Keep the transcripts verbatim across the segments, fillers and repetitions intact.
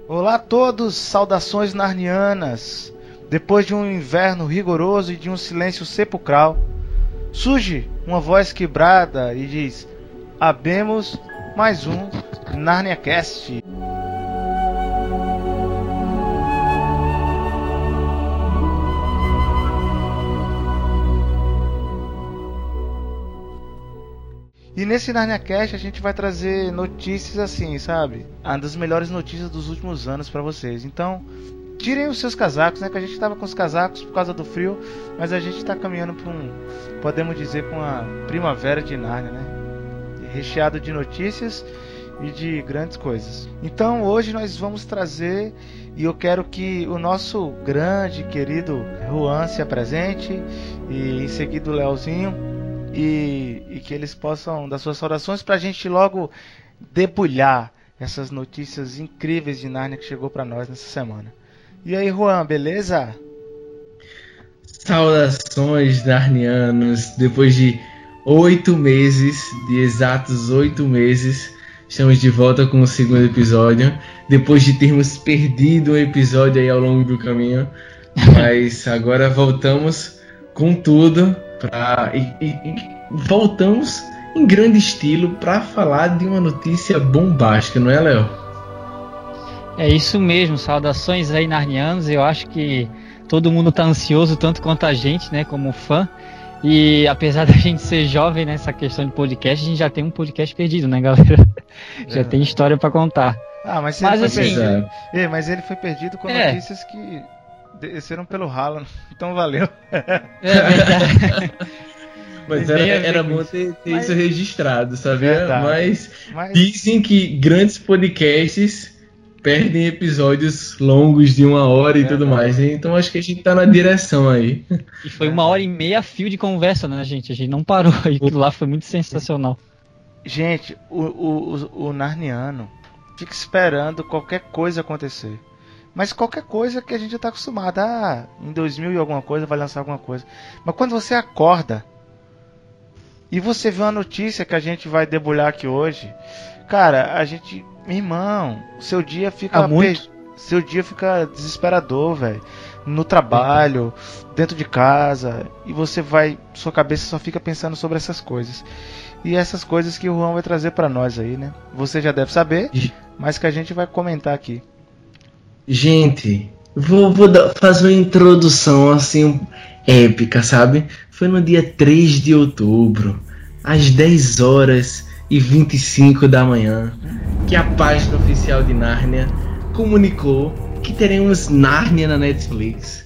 Olá a todos, saudações narnianas. Depois de um inverno rigoroso e de um silêncio sepulcral, surge uma voz quebrada e diz: abemos mais um NarniaCast. E nesse NarniaCast a gente vai trazer notícias assim, sabe? Uma das melhores notícias dos últimos anos pra vocês. Então, tirem os seus casacos, né? Que a gente tava com os casacos por causa do frio, mas a gente tá caminhando pra um, podemos dizer, pra uma primavera de Nárnia, né? Recheado de notícias e de grandes coisas. Então, hoje nós vamos trazer, e eu quero que o nosso grande, querido Juan se apresente, e em seguida o Leozinho. E, e que eles possam dar suas saudações pra gente logo debulhar essas notícias incríveis de Nárnia que chegou pra nós nessa semana. E aí, Juan, beleza? Saudações, narnianos. Depois de oito meses, de exatos oito meses, estamos de volta com o segundo episódio. Depois de termos perdido um episódio aí ao longo do caminho, mas agora voltamos com tudo. Pra, e, e, e voltamos em grande estilo para falar de uma notícia bombástica, não é, Léo? É isso mesmo, saudações aí narnianos. Eu acho que todo mundo tá ansioso tanto quanto a gente, né, como fã. E apesar da gente ser jovem nessa questão de podcast, a gente já tem um podcast perdido, né, galera? É. Já tem história para contar. Ah, mas, mas ele assim, foi perdido, é, mas ele foi perdido com é. notícias que desceram pelo ralo, então valeu. É verdade. Mas era, era bom ter, ter mas, isso registrado, sabia? Mas, mas dizem que grandes podcasts perdem episódios longos de uma hora e verdade. Tudo mais. Então acho que a gente tá na direção aí. E foi uma hora e meia fio de conversa, né, gente? A gente não parou. Aquilo lá foi muito sensacional. Gente, o, o, o, o narniano fica esperando qualquer coisa acontecer. Mas qualquer coisa que a gente já tá acostumado. Ah, em dois mil e alguma coisa vai lançar alguma coisa. Mas quando você acorda e você vê uma notícia que a gente vai debulhar aqui hoje, cara, a gente, meu irmão, seu dia fica ah, muito? Per... seu dia fica desesperador, velho. No trabalho, dentro de casa, e você vai, sua cabeça só fica pensando sobre essas coisas. E essas coisas que o Juan vai trazer pra nós aí, né? Você já deve saber, mas que a gente vai comentar aqui. Gente, vou, vou dar, fazer uma introdução assim épica, sabe? Foi no dia três de outubro, às dez horas e vinte e cinco da manhã, que a página oficial de Nárnia comunicou que teremos Nárnia na Netflix.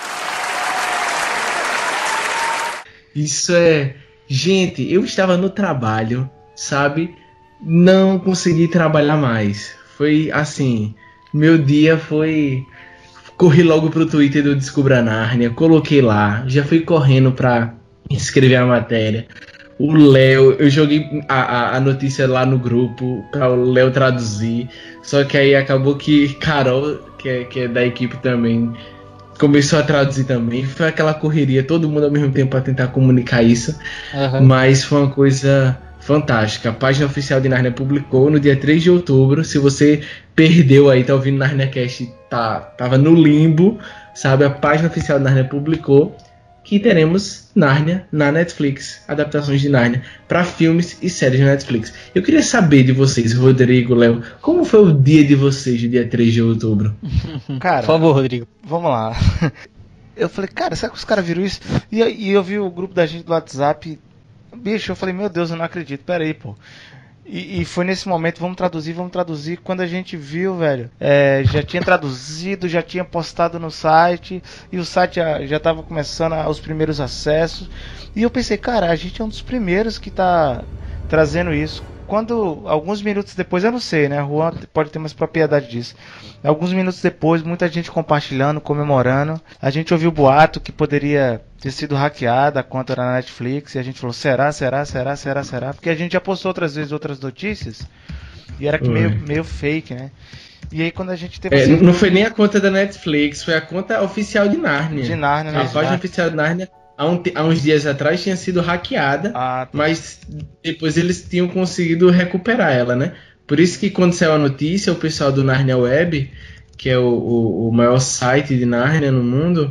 Isso é... Gente, eu estava no trabalho, sabe? Não consegui trabalhar mais. Foi assim... Meu dia foi... Corri logo pro Twitter do Descubra Nárnia, coloquei lá, já fui correndo pra escrever a matéria. O Léo, eu joguei a, a, a notícia lá no grupo pra o Léo traduzir, só que aí acabou que Carol, que é, que é da equipe também, começou a traduzir também. Foi aquela correria, todo mundo ao mesmo tempo pra tentar comunicar isso, uhum. Mas foi uma coisa... fantástica. A página oficial de Nárnia publicou no dia três de outubro. Se você perdeu aí, tá ouvindo NarniaCast, tá, tava no limbo, sabe? A página oficial de Nárnia publicou que teremos Nárnia na Netflix, adaptações de Nárnia para filmes e séries na Netflix. Eu queria saber de vocês, Rodrigo, Léo, como foi o dia de vocês, no dia três de outubro? Cara, por favor, Rodrigo. Vamos lá. Eu falei, cara, será que os caras viram isso? E, e eu vi o grupo da gente do WhatsApp. Bicho, eu falei, meu Deus, eu não acredito, pera aí, pô. E, e foi nesse momento, vamos traduzir, vamos traduzir. Quando a gente viu, velho, é, já tinha traduzido, já tinha postado no site. E o site já, já tava começando a, os primeiros acessos. E eu pensei, cara, a gente é um dos primeiros que tá trazendo isso. Quando, alguns minutos depois, eu não sei, né, Juan pode ter mais propriedade disso. Alguns minutos depois, muita gente compartilhando, comemorando. A gente ouviu o boato que poderia ter sido hackeada a conta da Netflix. E a gente falou, será, será, será, será, será? Porque a gente já postou outras vezes outras notícias. E era que meio, meio fake, né? E aí quando a gente teve... É, assim, não foi nem a conta da Netflix, foi a conta oficial de Nárnia. De Nárnia, né? A página oficial de Nárnia... Há, um, há uns dias atrás tinha sido hackeada, ah, tá. Mas depois eles tinham conseguido recuperar ela, né? Por isso que quando saiu a notícia, o pessoal do Narnia Web, que é o, o, o maior site de Narnia no mundo,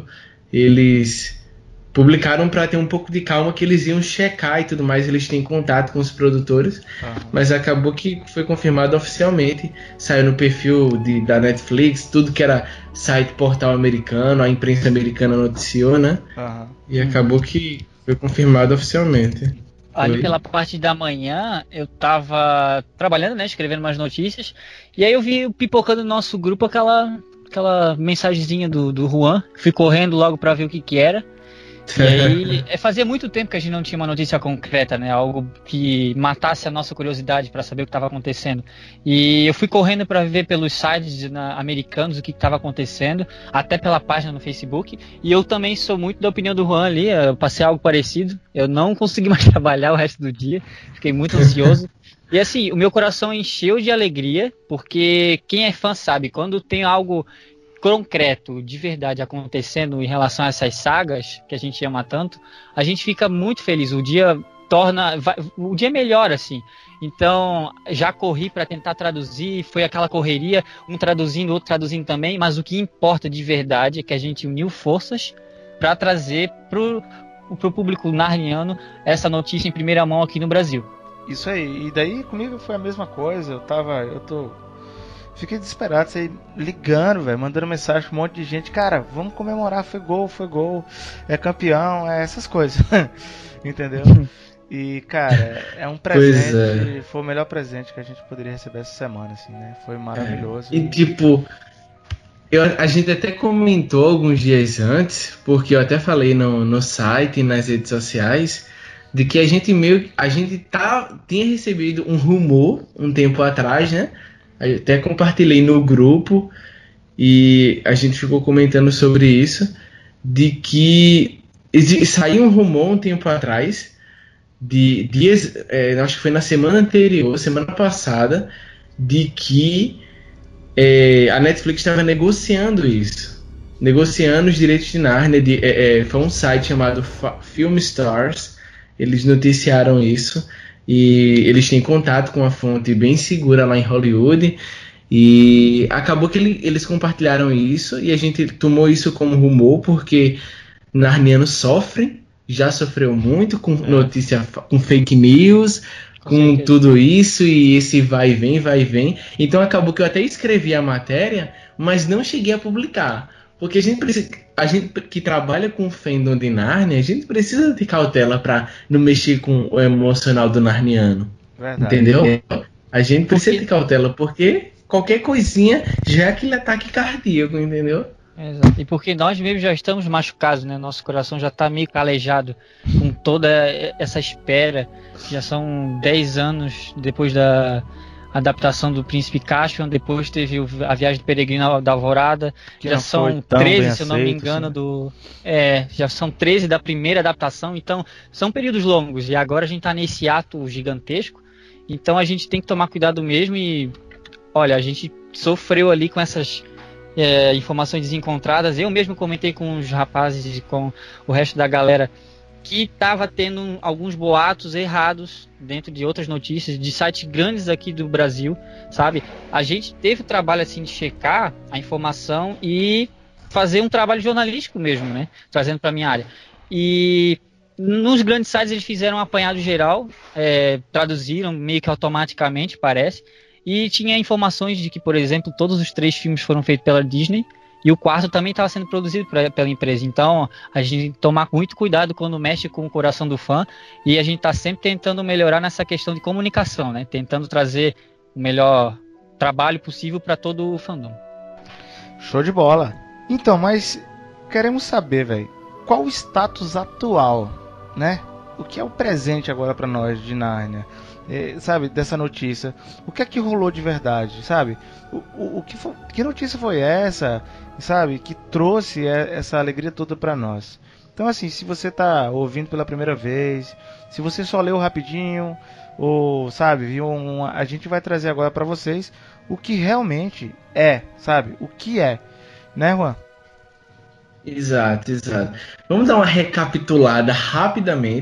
eles publicaram para ter um pouco de calma, que eles iam checar e tudo mais, eles têm contato com os produtores, uhum. Mas acabou que foi confirmado oficialmente, saiu no perfil de, da Netflix, tudo que era site, portal americano, a imprensa americana noticiou, né? Uhum. E acabou que foi confirmado oficialmente. Ali foi? Pela parte da manhã, eu tava trabalhando, né, escrevendo umas notícias, e aí eu vi pipocando no nosso grupo aquela, aquela mensagenzinha do, do Juan, fui correndo logo para ver o que que era. E aí, é, fazia muito tempo que a gente não tinha uma notícia concreta, né? Algo que matasse a nossa curiosidade para saber o que estava acontecendo. E eu fui correndo para ver pelos sites na, americanos o que estava acontecendo, até pela página no Facebook. E eu também sou muito da opinião do Juan ali, eu passei algo parecido. Eu não consegui mais trabalhar o resto do dia, fiquei muito ansioso. E assim, o meu coração encheu de alegria, porque quem é fã sabe, quando tem algo concreto, de verdade, acontecendo em relação a essas sagas que a gente ama tanto, a gente fica muito feliz. O dia torna, vai, o dia melhora, assim. Então, já corri para tentar traduzir, foi aquela correria, um traduzindo, outro traduzindo também, mas o que importa de verdade é que a gente uniu forças para trazer pro, pro público narniano essa notícia em primeira mão aqui no Brasil. Isso aí, e daí comigo foi a mesma coisa, eu tava, eu tô fiquei desesperado, você ligando, velho, mandando mensagem pra um monte de gente. Cara, vamos comemorar, foi gol, foi gol, é campeão, é essas coisas. Entendeu? E, cara, é um presente, é. Foi o melhor presente que a gente poderia receber essa semana, assim, né? Foi maravilhoso. É. E, tipo, eu, a gente até comentou alguns dias antes, porque eu até falei no, no site e nas redes sociais, de que a gente meio, a gente tá, tinha recebido um rumor um tempo atrás, né? Eu até compartilhei no grupo e a gente ficou comentando sobre isso, de que saiu um rumor um tempo atrás, de dias, é, acho que foi na semana anterior, semana passada, de que é, a Netflix estava negociando isso, negociando os direitos de Narnia. De, é, é, foi um site chamado Film Stars, eles noticiaram isso. E eles têm contato com uma fonte bem segura lá em Hollywood. E acabou que ele, eles compartilharam isso. E a gente tomou isso como rumor, porque narnianos sofrem. Já sofreu muito com é. notícia, com fake news, com, com tudo isso. E esse vai e vem, vai e vem. Então acabou que eu até escrevi a matéria, mas não cheguei a publicar. Porque a gente precisa, a gente que trabalha com o fandom de Narnia, a gente precisa de cautela para não mexer com o emocional do narniano. Verdade. Entendeu? A gente precisa porque... de cautela, porque qualquer coisinha já é aquele ataque cardíaco, entendeu? Exato. E porque nós mesmos já estamos machucados, né? Nosso coração já está meio calejado com toda essa espera. Já são dez anos depois da adaptação do Príncipe Caspian, depois teve a Viagem do Peregrino da Alvorada, que já são treze, se eu não me engano, assim. do é, já são treze da primeira adaptação, então são períodos longos, e agora a gente está nesse ato gigantesco, então a gente tem que tomar cuidado mesmo. E olha, a gente sofreu ali com essas é, informações desencontradas. Eu mesmo comentei com os rapazes e com o resto da galera que estava tendo alguns boatos errados dentro de outras notícias de sites grandes aqui do Brasil, sabe? A gente teve o trabalho assim de checar a informação e fazer um trabalho jornalístico mesmo, né? Trazendo para minha área. E nos grandes sites eles fizeram um apanhado geral, é, traduziram meio que automaticamente, parece, e tinha informações de que, por exemplo, todos os três filmes foram feitos pela Disney. E o quarto também estava sendo produzido pra, pela empresa. Então, a gente tem que tomar muito cuidado quando mexe com o coração do fã. E a gente está sempre tentando melhorar nessa questão de comunicação, né? Tentando trazer o melhor trabalho possível para todo o fandom. Show de bola. Então, mas queremos saber, velho, qual o status atual, né? O que é o presente agora para nós de Narnia? É, sabe, dessa notícia. O que é que rolou de verdade, sabe? O, o, o que, foi, que notícia foi essa, sabe? Que trouxe essa alegria toda pra nós. Então, assim, se você tá ouvindo pela primeira vez, se você só leu rapidinho, ou, sabe, viu um, a gente vai trazer agora pra vocês o que realmente é, sabe? O que é, né, Juan? Exato, exato. Vamos dar uma recapitulada rapidamente.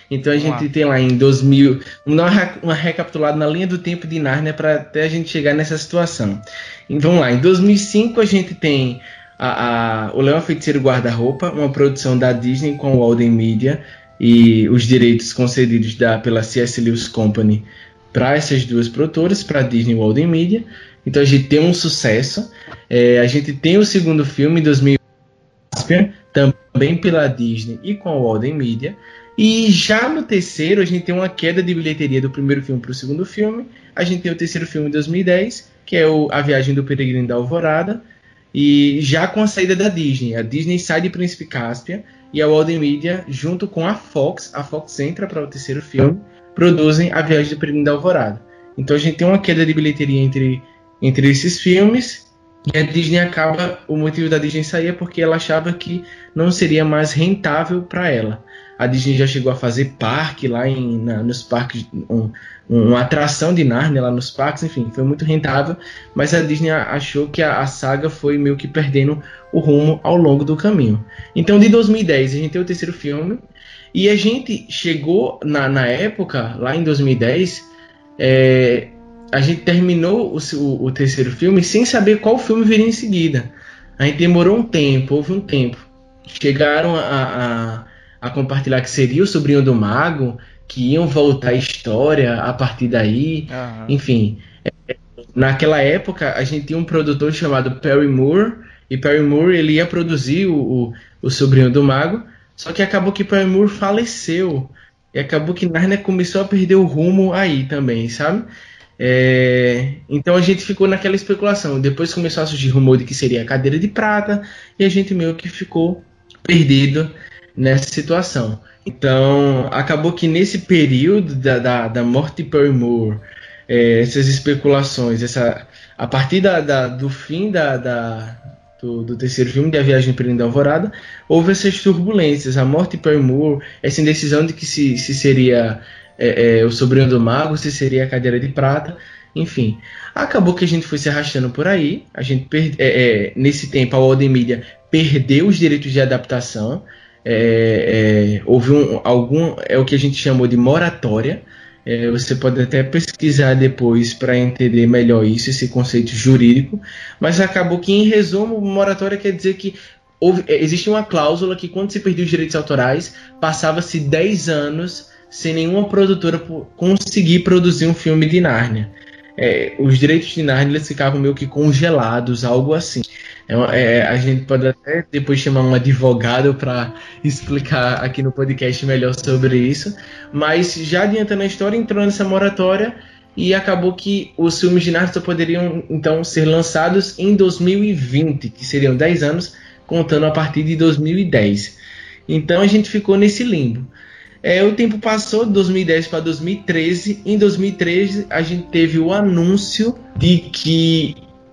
Então a Vamos gente lá. tem lá em dois mil, uma, uma recapitulada na linha do tempo de Nárnia para até a gente chegar nessa situação. E vamos lá, em dois mil e cinco a gente tem a, a, o Leão Feiticeiro Guarda-Roupa, uma produção da Disney com o Walden Media e os direitos concedidos da, pela C S. Lewis Company para essas duas produtoras, para a Disney e o Walden Media. Então a gente tem um sucesso. É, a gente tem o segundo filme em dois mil e um, também pela Disney e com a Walden Media. E já no terceiro a gente tem uma queda de bilheteria do primeiro filme para o segundo filme. A gente tem o terceiro filme em dois mil e dez, que é o A Viagem do Peregrino da Alvorada. E já com a saída da Disney, a Disney sai de Príncipe Cáspia e a Walden Media, junto com a Fox, a Fox entra para o terceiro filme, produzem A Viagem do Peregrino da Alvorada. Então a gente tem uma queda de bilheteria entre, entre esses filmes, e a Disney acaba, o motivo da Disney sair é porque ela achava que não seria mais rentável para ela. A Disney já chegou a fazer parque lá em, na, nos parques, um, uma atração de Nárnia lá nos parques, enfim, foi muito rentável, mas a Disney achou que a, a saga foi meio que perdendo o rumo ao longo do caminho. Então de dois mil e dez a gente tem o terceiro filme, e a gente chegou na, na época, lá em dois mil e dez, é, a gente terminou o, o, o terceiro filme sem saber qual filme viria em seguida. A gente demorou um tempo, houve um tempo. Chegaram a, a, a compartilhar que seria o Sobrinho do Mago, que iam voltar a história a partir daí. Uhum. Enfim, é, naquela época a gente tinha um produtor chamado Perry Moore, e Perry Moore ele ia produzir o, o, o Sobrinho do Mago, só que acabou que Perry Moore faleceu, e acabou que Nárnia começou a perder o rumo aí também, sabe? É, então a gente ficou naquela especulação. Depois começou a surgir rumor de que seria a Cadeira de Prata, e a gente meio que ficou perdido nessa situação. Então acabou que nesse período da, da, da morte de Perry Moore, é, essas especulações, essa, a partir da, da, do fim da, da, do, do terceiro filme, de A Viagem do Peregrino da Alvorada, houve essas turbulências, a morte de Perry Moore, essa indecisão de que se, se seria É, é, o Sobrinho do Mago, se seria a Cadeira de Prata, enfim. Acabou que a gente foi se arrastando por aí, a gente perde, é, é, nesse tempo a Walden Media perdeu os direitos de adaptação, é, é, houve um, algum, é o que a gente chamou de moratória, é, você pode até pesquisar depois para entender melhor isso, esse conceito jurídico, mas acabou que, em resumo, moratória quer dizer que houve, existe uma cláusula que quando se perdia os direitos autorais, passava-se dez anos sem nenhuma produtora conseguir produzir um filme de Nárnia. É, os direitos de Nárnia eles ficavam meio que congelados, algo assim. É, é, a gente pode até depois chamar um advogado para explicar aqui no podcast melhor sobre isso, mas já adiantando a história, entrou nessa moratória e acabou que os filmes de Nárnia só poderiam então ser lançados em dois mil e vinte, que seriam dez anos, contando a partir de dois mil e dez. Então a gente ficou nesse limbo. É, o tempo passou de dois mil e dez para dois mil e treze. Em dois mil e treze, a gente teve o anúncio de que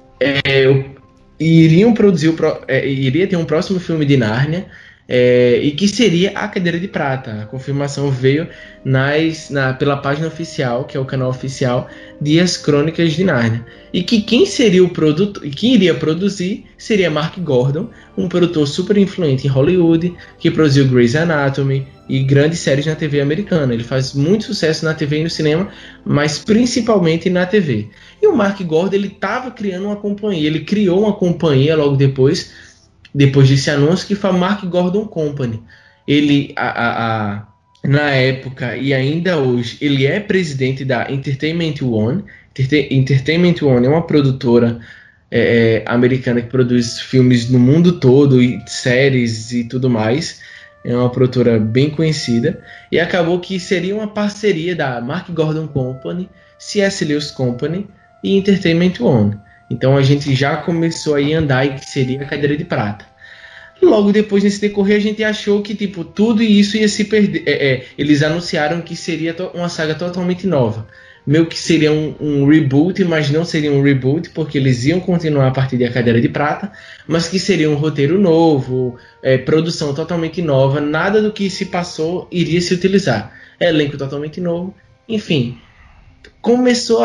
é, iriam produzir o, é, iria ter um próximo filme de Nárnia, é, e que seria A Cadeira de Prata. A confirmação veio nas, na, pela página oficial, que é o canal oficial de As Crônicas de Nárnia. E que quem seria o produto, quem iria produzir seria Mark Gordon, um produtor super influente em Hollywood, que produziu Grey's Anatomy e grandes séries na T V americana. Ele faz muito sucesso na T V e no cinema, mas principalmente na T V. E o Mark Gordon ele estava criando uma companhia, ele criou uma companhia logo depois, depois desse anúncio, que foi a Mark Gordon Company. Ele, a, a, a, na época e ainda hoje, ele é presidente da Entertainment One. Entertainment One é uma produtora é, americana que produz filmes no mundo todo, e séries e tudo mais. É uma produtora bem conhecida. E acabou que seria uma parceria da Mark Gordon Company, C S. Lewis Company e Entertainment One. Então a gente já começou aí a andar e que seria a Cadeira de Prata. Logo depois, nesse decorrer, a gente achou que tipo, tudo isso ia se perder. É, é, eles anunciaram que seria uma saga totalmente nova. Meio que seria um, um reboot, mas não seria um reboot, porque eles iam continuar a partir da Cadeira de Prata, mas que seria um roteiro novo, é, produção totalmente nova, nada do que se passou iria se utilizar. Elenco totalmente novo, enfim. Começou a,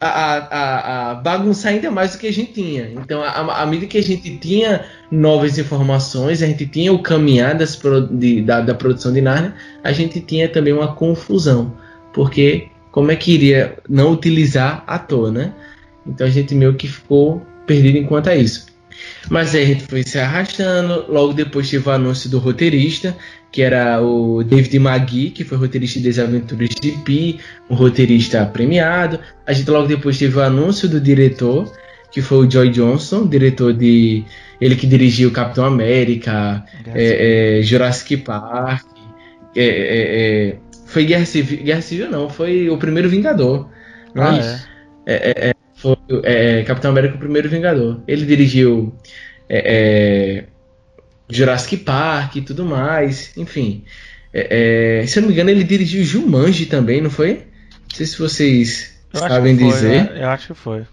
a, a, a bagunçar ainda mais do que a gente tinha. Então, à medida que a gente tinha novas informações, a gente tinha o caminhar das, de, da, da produção de Nárnia, a gente tinha também uma confusão. Porque como é que iria não utilizar à toa, né? Então a gente meio que ficou perdido enquanto a isso. Mas aí a gente foi se arrastando. Logo depois teve o anúncio do roteirista, que era o David Magee, que foi roteirista das Aventuras de Pi, um roteirista premiado. A gente logo depois teve o anúncio do diretor, que foi o Joy Johnston, diretor de... Ele que dirigiu Capitão América, é, é, Jurassic Park... É, é, é, foi Guerra Civil... Guerra Civil não, foi o Primeiro Vingador. Não Ah, é? É, é, é, foi é, Capitão América, o Primeiro Vingador. Ele dirigiu é, é, Jurassic Park e tudo mais. Enfim, é, é, se eu não me engano, ele dirigiu Jumanji também, não foi? Não sei se vocês eu acho sabem que foi, dizer. Eu, eu acho que foi.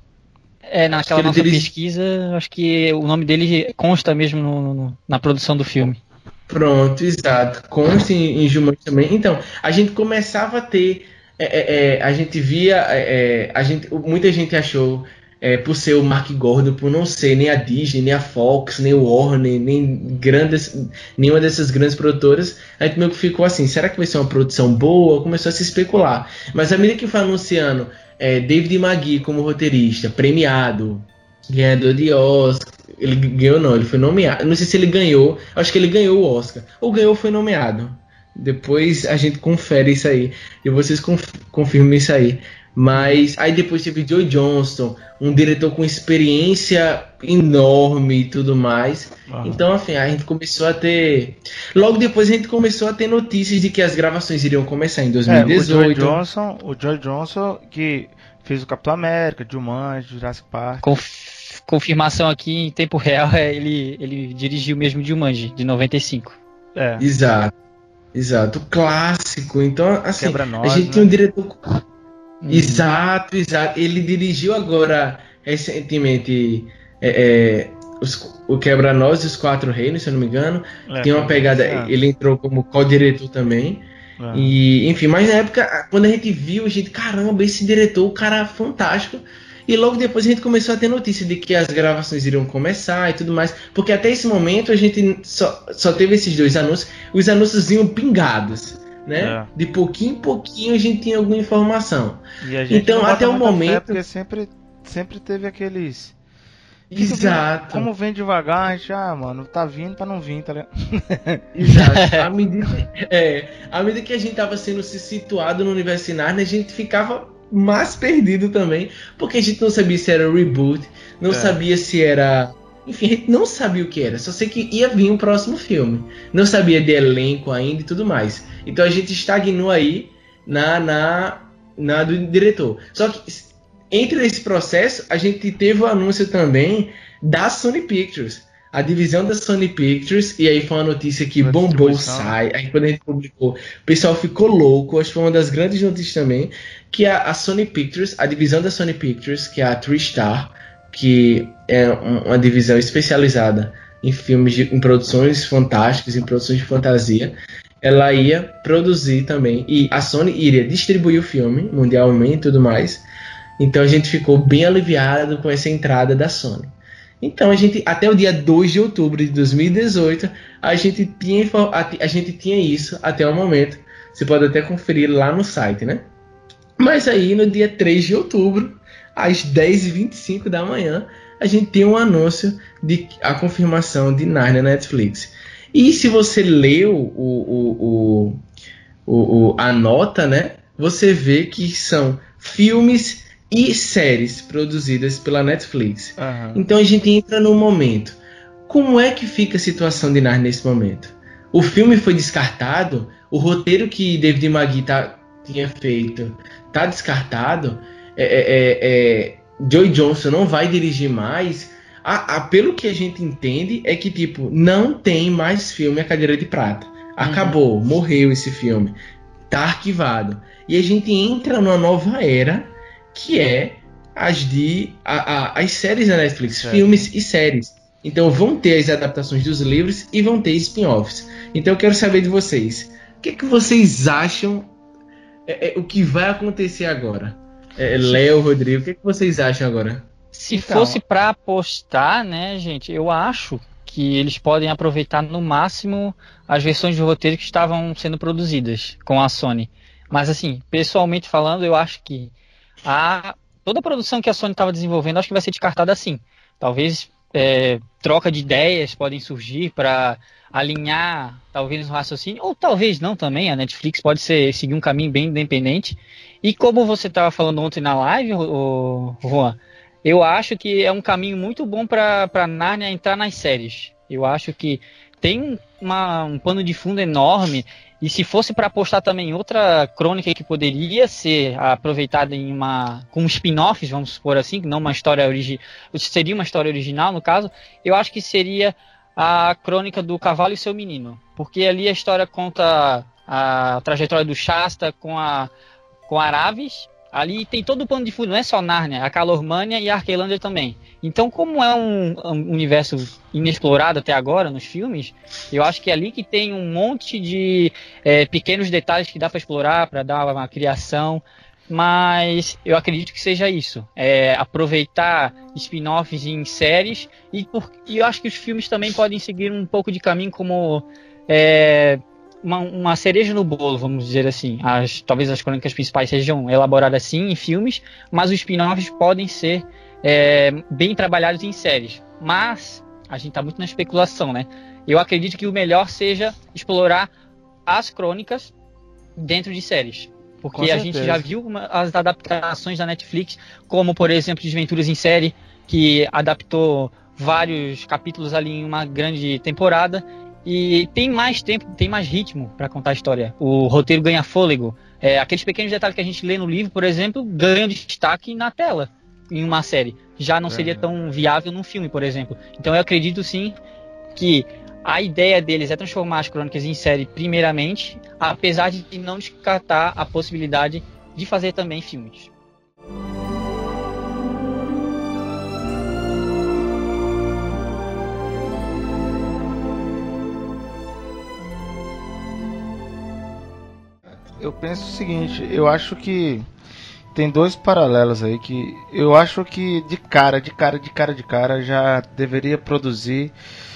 É, naquela Acho que nossa ele dirige- pesquisa, acho que o nome dele consta mesmo no- no- na produção do filme. Pronto, exato. Consta em, em Jumanji também. Então, a gente começava a ter. é, é, é, a gente via. é, é, a gente, muita gente achou, é, por ser o Mark Gordon, por não ser nem a Disney, nem a Fox, nem o Warner, nem grandes, nenhuma dessas grandes produtoras, a gente meio que ficou assim: será que vai ser uma produção boa? Começou a se especular. Mas à medida que foi anunciando é, David Magee como roteirista, premiado, ganhador de Oscar. Ele ganhou não, ele foi nomeado. Não sei se ele ganhou, acho que ele ganhou o Oscar. Ou ganhou ou foi nomeado. Depois a gente confere isso aí. E vocês conf- confirmam isso aí. Mas aí depois teve Joy Johnston, um diretor com experiência enorme e tudo mais. Aham. Então, enfim, a gente começou a ter... Logo depois a gente começou a ter notícias de que as gravações iriam começar em dois mil e É, o Joy dezoito. Johnson, o Joy Johnson que fez o Capitão América, Jumanji, Jurassic Park. Conf- confirmação aqui em tempo real, é, ele, ele dirigiu mesmo Jumanji, de noventa e cinco. É, Exato, exato, clássico. Então, assim, Quebra a Nós, gente né? tem um diretor. Hum. Exato, exato. Ele dirigiu agora recentemente é, é, os- o Quebra-Nós e os Quatro Reinos, se eu não me engano. É, tem uma foi pegada. esse ano. Ele entrou como co-diretor também. É. E, enfim, mas na época, quando a gente viu, a gente, caramba, esse diretor, o cara é fantástico. E logo depois a gente começou a ter notícia de que as gravações iriam começar e tudo mais. Porque até esse momento a gente só, só teve esses dois anúncios. Os anúncios iam pingados, né? É. De pouquinho em pouquinho a gente tinha alguma informação. E a gente Então, não bota até o muita fé, momento- porque sempre, sempre teve aqueles. Fica Exato. vindo- Como vem devagar, a gente, ah, mano, tá vindo pra não vir, tá ligado? Exato. À medida, é, à medida que a gente tava sendo se situado no universo de Narnia, a gente ficava mais perdido também, porque a gente não sabia se era reboot, não É. sabia se era... Enfim, a gente não sabia o que era, só sei que ia vir um próximo filme. Não sabia de elenco ainda e tudo mais. Então a gente estagnou aí na, na, na do diretor. Só que entre esse processo, a gente teve o anúncio também da Sony Pictures. A divisão da Sony Pictures, e aí foi uma notícia que Da bombou o distribuição. site. Aí quando a gente publicou, o pessoal ficou louco. Acho que foi uma das grandes notícias também, que a, a Sony Pictures, a divisão da Sony Pictures, que é a TriStar, que é um- uma divisão especializada em filmes, de, em produções fantásticas, em produções de fantasia, ela ia produzir também, e a Sony iria distribuir o filme mundialmente e tudo mais. Então a gente ficou bem aliviado com essa entrada da Sony. Então a gente, até o dia dois de outubro de dois mil e dezoito, a gente tinha, info- a, a gente tinha isso até o momento. Você pode até conferir lá no site, né? Mas aí no dia três de outubro, às dez e vinte e cinco da manhã, a gente tem um anúncio de a confirmação de Narnia na Netflix. E se você leu o, o, o, o, o- a nota, né? Você vê que são filmes e séries produzidas pela Netflix. Aham. Então a gente entra no momento. Como é que fica a situação de Narnia nesse momento? O filme foi descartado? O roteiro que David Magee tá, tinha feito tá descartado? É, é, é, é, Joy Johnston não vai dirigir mais? A, a, pelo que a gente entende, é que tipo, não tem mais filme A Cadeira de Prata. Acabou, morreu esse filme. Tá arquivado. E a gente entra numa nova era, que é as de a, a, as séries da Netflix, Certo. filmes e séries. Então vão ter as adaptações dos livros e vão ter spin-offs. Então eu quero saber de vocês, o que, é que vocês acham é, é, o que vai acontecer agora? É, Léo, Rodrigo, o que, que vocês acham agora? Se Então, fosse pra apostar, né, gente, eu acho que eles podem aproveitar no máximo as versões de roteiro que estavam sendo produzidas com a Sony. Mas assim, pessoalmente falando, eu acho que a, toda a produção que a Sony estava desenvolvendo, acho que vai ser descartada assim. Talvez é, troca de ideias podem surgir para alinhar talvez um raciocínio, ou talvez não também. A Netflix pode ser, seguir um caminho bem independente. E como você estava falando ontem na live, o, o Juan, eu acho que é um caminho muito bom para Narnia entrar nas séries. Eu acho que tem uma, um pano de fundo enorme. E se fosse para apostar também em outra crônica que poderia ser aproveitada em uma com spin-offs, vamos supor assim, que não uma história original, seria uma história original no caso, eu acho que seria a crônica do Cavalo e seu Menino, porque ali a história conta a trajetória do Shasta com a com Aravis. Ali tem todo o pano de fundo, não é só Nárnia, a Calormânia e a Arqueilander também. Então, como é um, um universo inexplorado até agora nos filmes, eu acho que é ali que tem um monte de é, pequenos detalhes que dá para explorar, para dar uma criação. Mas eu acredito que seja isso. É, aproveitar spin-offs em séries. E, por, e eu acho que os filmes também podem seguir um pouco de caminho como... É, Uma, uma cereja no bolo, vamos dizer assim. As, talvez as crônicas principais sejam elaboradas sim em filmes, mas os spin-offs podem ser é, bem trabalhados em séries. Mas a gente está muito na especulação, né? Eu acredito que o melhor seja explorar as crônicas dentro de séries. Porque a gente já viu uma, as adaptações da Netflix, como por exemplo Desventuras em Série, que adaptou vários capítulos ali em uma grande temporada. E tem mais tempo, tem mais ritmo para contar a história. O roteiro ganha fôlego. É, aqueles pequenos detalhes que a gente lê no livro, por exemplo, ganham destaque na tela, em uma série. Já não seria tão viável num filme, por exemplo. Então eu acredito sim que a ideia deles é transformar as crônicas em série primeiramente, apesar de não descartar a possibilidade de fazer também filmes. Eu penso o seguinte, eu acho que tem dois paralelos aí que eu acho que de cara, de cara, de cara, de cara já deveria produzir,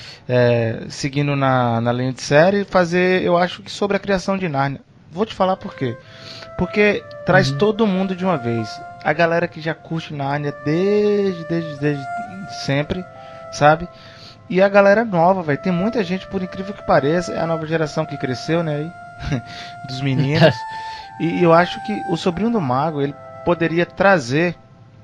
é, seguindo na, na linha de série, fazer, eu acho que sobre a criação de Nárnia. Vou te falar por quê. Porque traz uhum. todo mundo de uma vez. A galera que já curte Nárnia desde, desde, desde sempre, sabe? E a galera nova, velho. Tem muita gente, por incrível que pareça, é a nova geração que cresceu, né, aí. Dos meninos. E eu acho que o Sobrinho do Mago, ele poderia trazer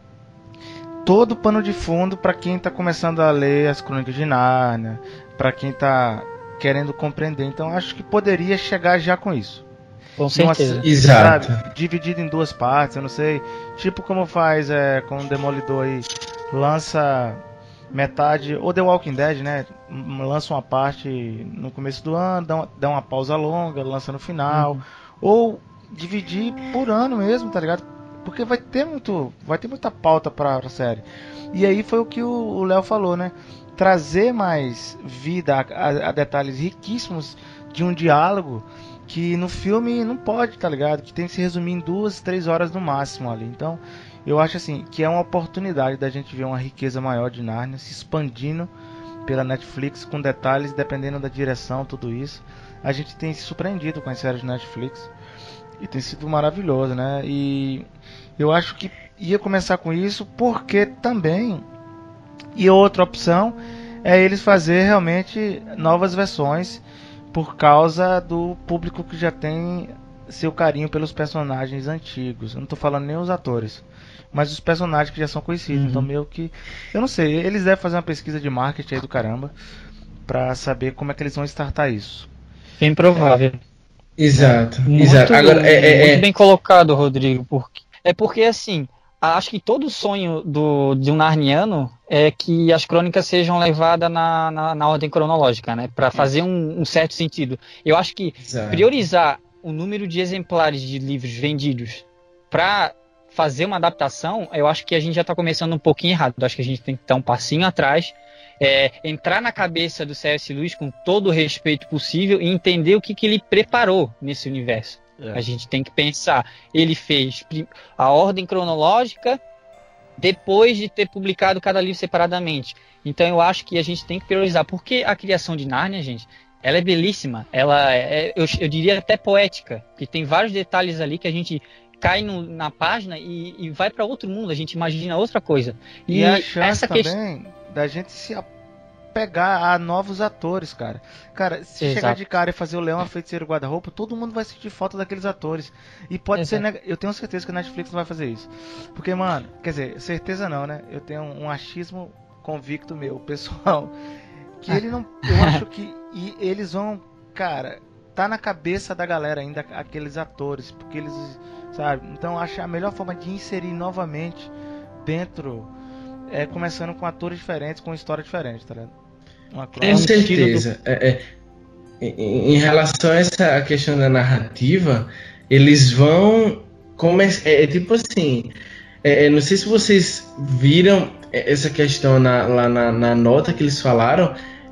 todo o pano de fundo para quem está começando a ler as Crônicas de Nárnia, para quem está querendo compreender. Então acho que poderia chegar já com isso. Com certeza. Uma, Exato. Sabe, dividido em duas partes, eu não sei, tipo como faz é, com o Demolidor aí, lança metade, ou The Walking Dead, né? Lança uma parte no começo do ano, dá uma, dá uma pausa longa, lança no final, uhum. ou dividir por ano mesmo, tá ligado? Porque vai ter muito, vai ter muita pauta pra, pra série. E aí foi o que o Léo falou, né? Trazer mais vida a, a, a detalhes riquíssimos de um diálogo que no filme não pode, tá ligado? Que tem que se resumir em duas, três horas no máximo ali. Então eu acho assim que é uma oportunidade da gente ver uma riqueza maior de Nárnia se expandindo pela Netflix com detalhes, dependendo da direção, tudo isso. A gente tem se surpreendido com as séries de Netflix e tem sido maravilhoso, né? E eu acho que ia começar com isso porque também, e outra opção é eles fazer realmente novas versões por causa do público que já tem seu carinho pelos personagens antigos. Eu não tô falando nem os atores, mas os personagens que já são conhecidos. Uhum. Então meio que, eu não sei, eles devem fazer uma pesquisa de marketing aí do caramba pra saber como é que eles vão startar isso. Bem provável. É. Exato, muito, exato. Agora, é, é, muito é... bem colocado, Rodrigo. Porque, é porque assim, acho que todo sonho do, de um narniano é que as crônicas sejam levadas na, na, na ordem cronológica, né? Para fazer um, um certo sentido. Eu acho que exato. Priorizar o número de exemplares de livros vendidos para fazer uma adaptação, eu acho que a gente já está começando um pouquinho errado. Eu acho que a gente tem que dar um passinho atrás, é, entrar na cabeça do C S. Lewis com todo o respeito possível e entender o que, que ele preparou nesse universo. É. A gente tem que pensar, ele fez a ordem cronológica depois de ter publicado cada livro separadamente. Então eu acho que a gente tem que priorizar, porque a criação de Nárnia, gente, ela é belíssima, ela é, eu, eu diria até poética, que tem vários detalhes ali que a gente cai no, na página e, e vai para outro mundo, a gente imagina outra coisa. E, e a chance essa também questão... da gente se pegar a novos atores, cara. Cara, se Exato. chegar de cara e fazer o Leão, a Feiticeira e o Guarda-Roupa, todo mundo vai sentir falta daqueles atores. E pode Exato. ser... Neg... Eu tenho certeza que a Netflix não vai fazer isso. Porque, mano, quer dizer, certeza não, né? Eu tenho um achismo convicto meu, pessoal, que ele não... Eu acho que e eles vão... Cara, tá na cabeça da galera ainda aqueles atores, porque eles... Sabe? Então, eu acho a melhor forma de inserir novamente dentro... É começando com atores diferentes, com história diferente, tá ligado? Uma com certeza. Do... É, é, em, em relação a essa questão da narrativa, eles vão começar. É, é tipo assim. É, não sei se vocês viram essa questão na, lá na, na nota que eles falaram.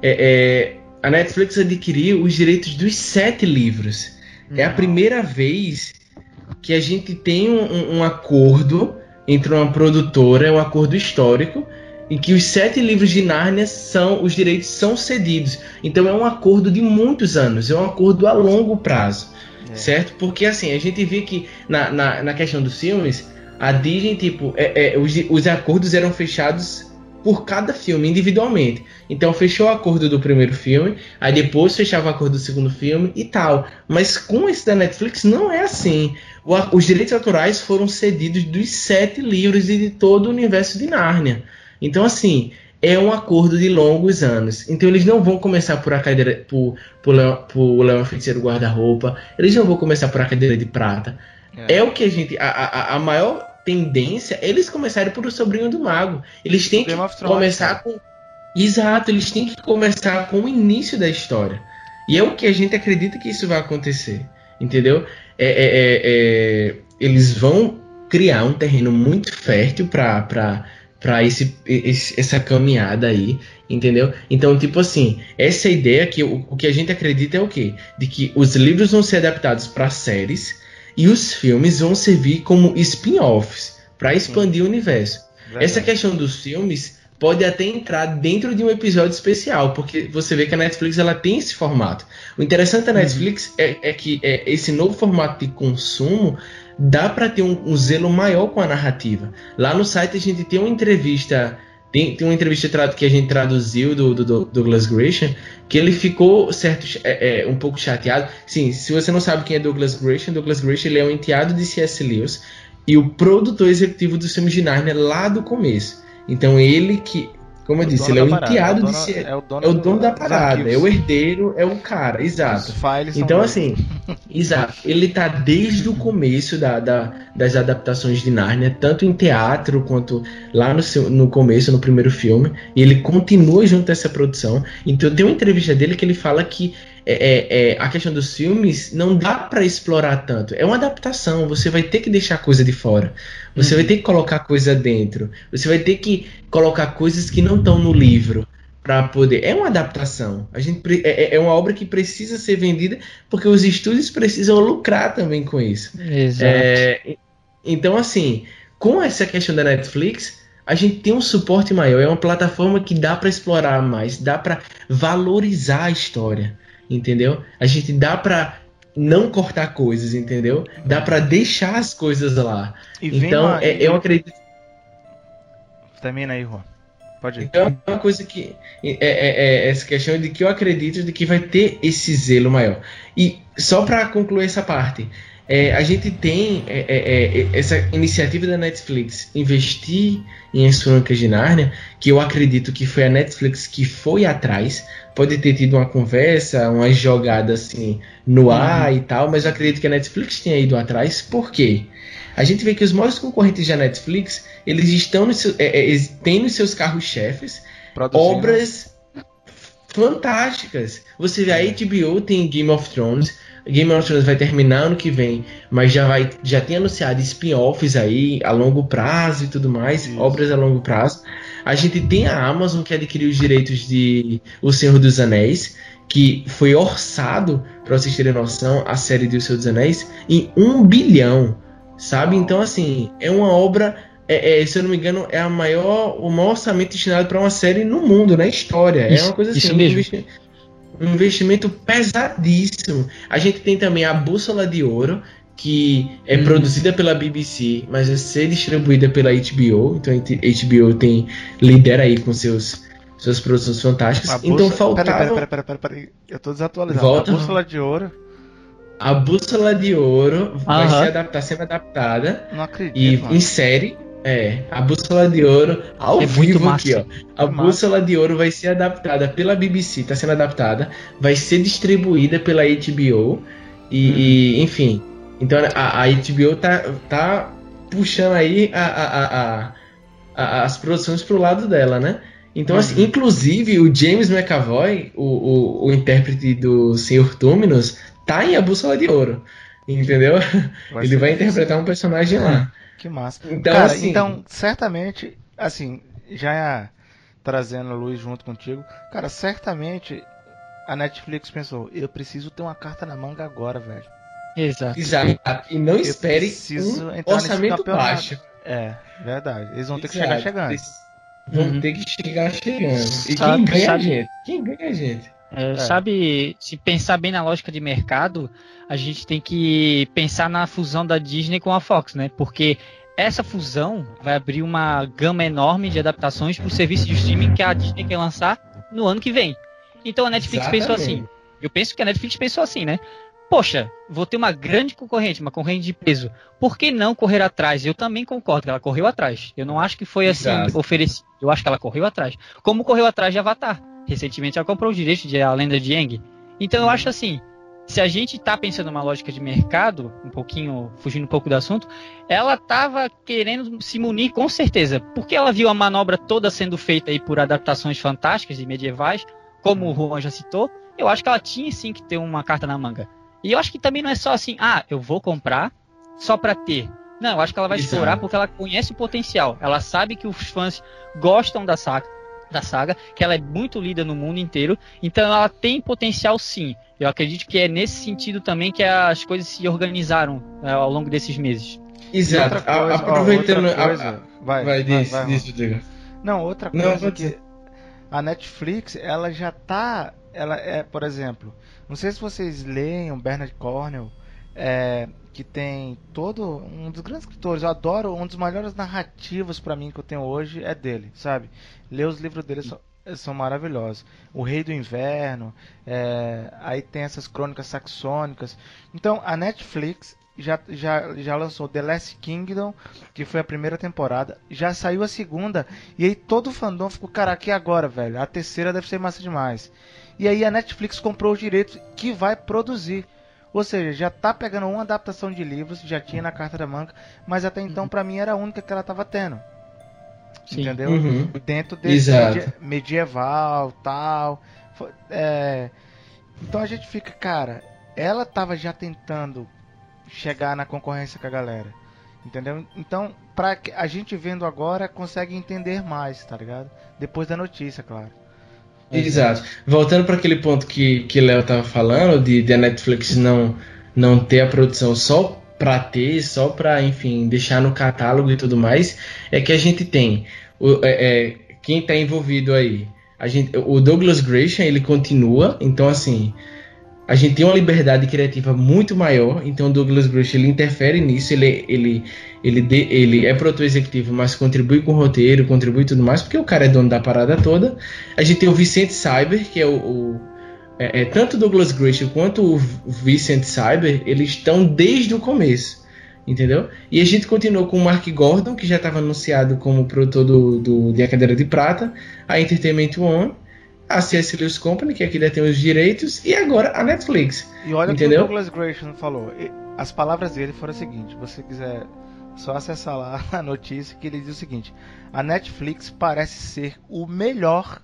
É, é, a Netflix adquiriu os direitos dos sete livros. Não. É a primeira vez que a gente tem um, um acordo entre uma produtora, é um acordo histórico, em que os sete livros de Nárnia são, os direitos são cedidos. Então é um acordo de muitos anos, é um acordo a longo prazo, é. certo? Porque assim, a gente vê que na, na, na questão dos filmes, a Disney, tipo, é, é, os, os acordos eram fechados por cada filme, individualmente. Então fechou o acordo do primeiro filme, aí depois fechava o acordo do segundo filme e tal. Mas com esse da Netflix não é assim. O, os direitos autorais foram cedidos dos sete livros e de todo o universo de Nárnia. Então assim, é um acordo de longos anos. Então eles não vão começar por a cadeira, por, por, Leão, por Leão Feiticeiro Guarda-Roupa, eles não vão começar por a cadeira de prata. É, é o que a gente... A, a, a maior tendência é eles começarem por O Sobrinho do Mago. Eles têm que começar com... Exato, eles têm que começar com o início da história. E é o que a gente acredita que isso vai acontecer. Entendeu? É, é, é, é, eles vão criar um terreno muito fértil para para esse, esse, essa caminhada aí, entendeu? Então, tipo assim, essa ideia que o, o que a gente acredita é o quê? De que os livros vão ser adaptados para séries e os filmes vão servir como spin-offs para expandir Sim. o universo. Verdade. Essa questão dos filmes pode até entrar dentro de um episódio especial, porque você vê que a Netflix ela tem esse formato. O interessante da Netflix uhum. é, é que é, esse novo formato de consumo dá para ter um, um zelo maior com a narrativa. Lá no site a gente tem uma entrevista, tem, tem uma entrevista que a gente traduziu do, do, do Douglas Gresham, que ele ficou certo, é, é, um pouco chateado. Sim, se você não sabe quem é Douglas Gresham, Douglas Gresham ele é um enteado de C S. Lewis e o produtor executivo dos filmes de Nárnia lá do começo. Então ele que, como eu disse, ele é o enteado de C S. É o dono, é o dono da parada, é o herdeiro, é o cara, exato. Então assim, exato, ele tá desde o começo da, da, das adaptações de Nárnia, tanto em teatro quanto lá no, seu, no começo, no primeiro filme, e ele continua junto a essa produção. Então tem uma entrevista dele que ele fala que É, é, é, a questão dos filmes não dá para explorar tanto. É uma adaptação, você vai ter que deixar coisa de fora. Você uhum. vai ter que colocar coisa dentro. Você vai ter que colocar coisas que não estão no livro para poder... É uma adaptação. A gente, é, é uma obra que precisa ser vendida porque os estúdios precisam lucrar também com isso. Exato. É, então, assim, com essa questão da Netflix... a gente tem um suporte maior. É uma plataforma que dá para explorar mais, dá para valorizar a história. Entendeu? A gente dá pra não cortar coisas, entendeu? Dá pra deixar as coisas lá. E então, uma... é, eu acredito... Termina aí, Juan. Pode ir. Então, é uma coisa que... É, é, é essa questão de que eu acredito de que vai ter esse zelo maior. E só pra concluir essa parte... É, a gente tem é, é, é, essa iniciativa da Netflix investir em As Crônicas de Nárnia, que eu acredito que foi a Netflix que foi atrás. Pode ter tido uma conversa, uma jogada assim no ar uhum. e tal, mas eu acredito que a Netflix tenha ido atrás. Por quê? A gente vê que os maiores concorrentes da Netflix, eles estão no seu, é, é, têm nos seus carros-chefes obras fantásticas. Você vê a H B O tem Game of Thrones. Game of Thrones vai terminar ano que vem, mas já, vai, já tem anunciado spin-offs aí a longo prazo e tudo mais, Isso. obras a longo prazo. A gente tem a Amazon que adquiriu os direitos de O Senhor dos Anéis, que foi orçado, para vocês terem noção, a série de O Senhor dos Anéis em um bilhão, sabe? Então, assim, é uma obra, é, é, se eu não me engano, é a maior, o maior orçamento destinado para uma série no mundo, na história. Isso, é uma coisa assim, isso um mesmo. investimento, um investimento pesadíssimo. A gente tem também a Bússola de Ouro, que é Hum. produzida pela B B C, mas vai ser distribuída pela H B O. Então a H B O tem, lidera aí com seus, suas produções fantásticas. A Então bússola- faltava Peraí, peraí, peraí, peraí, peraí. Eu tô desatualizado. Volta. A Bússola de Ouro, a Bússola de Ouro, vai Aham. ser adaptada, sendo adaptada não acredito, e mano. em série. É, a Bússola de Ouro ao É muito vivo massa. aqui, ó. A É massa. Bússola de Ouro vai ser adaptada pela B B C, tá sendo adaptada, vai ser distribuída pela H B O e, Uhum. e, enfim. Então a, a H B O tá, tá puxando aí a, a, a, a- as produções pro lado dela, né? Então, assim, Uhum. inclusive o James McAvoy, o, o, o intérprete do senhor Túminos, tá em A Bússola de Ouro, entendeu? Vai Ele ser vai difícil. interpretar um personagem lá. Que massa. Então, Cara, assim- então, certamente, assim, já trazendo o Luiz junto contigo, cara, certamente a Netflix pensou, eu preciso ter uma carta na manga agora, velho. Exato. Exato. E não espere preciso um entrar nesse orçamento campeonato. baixo. É, verdade. Eles vão ter que Exato. chegar chegando. Eles Vão Uhum. ter que chegar chegando. E Sabe- quem ganha é a sabe- gente. Quem ganha é a gente. É, É. Sabe, se pensar bem na lógica de mercado, a gente tem que pensar na fusão da Disney com a Fox, né? Porque essa fusão vai abrir uma gama enorme de adaptações para o serviço de streaming que a Disney quer lançar no ano que vem. Então a Netflix pensou Exatamente. assim. Eu penso que a Netflix pensou assim, né? Poxa, vou ter uma grande concorrente, uma concorrente de peso. Por que não correr atrás? Eu também concordo que ela correu atrás. Eu não acho que foi assim Exato. oferecido. Eu acho que ela correu atrás. Como correu atrás de Avatar. Recentemente ela comprou os direitos de A Lenda de Aang. Então eu acho assim, se a gente tá pensando numa lógica de mercado, um pouquinho, fugindo um pouco do assunto, ela tava querendo se munir com certeza. Porque ela viu a manobra toda sendo feita aí por adaptações fantásticas e medievais, como o Juan já citou, eu acho que ela tinha sim que ter uma carta na manga. E eu acho que também não é só assim, ah, eu vou comprar só pra ter. Não, eu acho que ela vai Exato. explorar porque ela conhece o potencial. Ela sabe que os fãs gostam da saga, da saga, que ela é muito lida no mundo inteiro, então ela tem potencial sim. Eu acredito que é nesse sentido também que as coisas se organizaram é, ao longo desses meses. E Exato. outra A- coisa, ó, aproveitando. outra a- coisa, a- vai, vai, vai, diz, vai, diz, Juan. Rodrigo. Não, outra Não, coisa pode que ser. a Netflix, ela já tá, ela é, por exemplo, não sei se vocês leem o Bernard Cornwell, é, que tem todo um dos grandes escritores, eu adoro, um dos melhores narrativos pra mim que eu tenho hoje é dele, sabe? Ler os livros dele são, são maravilhosos. O Rei do Inverno, é, aí tem essas crônicas saxônicas. Então a Netflix já, já, já lançou The Last Kingdom, que foi a primeira temporada, já saiu a segunda, e aí todo o fandom ficou, cara, aqui agora, velho, a terceira deve ser massa demais. E aí a Netflix comprou os direitos que vai produzir. Ou seja, já tá pegando uma adaptação de livros, já tinha na carta da manga, mas até então pra mim era a única que ela tava tendo. Sim. Entendeu? Uhum. Dentro desse Exato. medi- medieval, tal. Foi- é, Então a gente fica, cara, ela tava já tentando chegar na concorrência com a galera. Entendeu? Então, pra que- a gente vendo agora consegue entender mais, tá ligado? Depois da notícia, claro. Exato. Voltando para aquele ponto que que Léo tava falando de, de a Netflix não não ter a produção só para ter, só para, enfim, deixar no catálogo e tudo mais, é que a gente tem o, é, é, quem está envolvido aí. A gente, o Douglas Gresham, ele continua, então assim, a gente tem uma liberdade criativa muito maior, então o Douglas Gresham ele interfere nisso, ele, ele, ele, de, ele é produtor executivo, mas contribui com o roteiro, contribui e tudo mais, porque o cara é dono da parada toda. A gente tem o Vicente Cyber, que é o... o é, é, tanto o Douglas Gresham quanto o Vicente Cyber, eles estão desde o começo, entendeu? E a gente continuou com o Mark Gordon, que já estava anunciado como produtor do, do, de A Cadeira de Prata, a Entertainment One, a C S. Lewis Company, que aqui detém os direitos, e agora a Netflix. E olha Entendeu? o que o Douglas Gresham falou. E as palavras dele foram as seguintes: se você quiser só acessar lá a notícia, que ele diz o seguinte: a Netflix parece ser o melhor,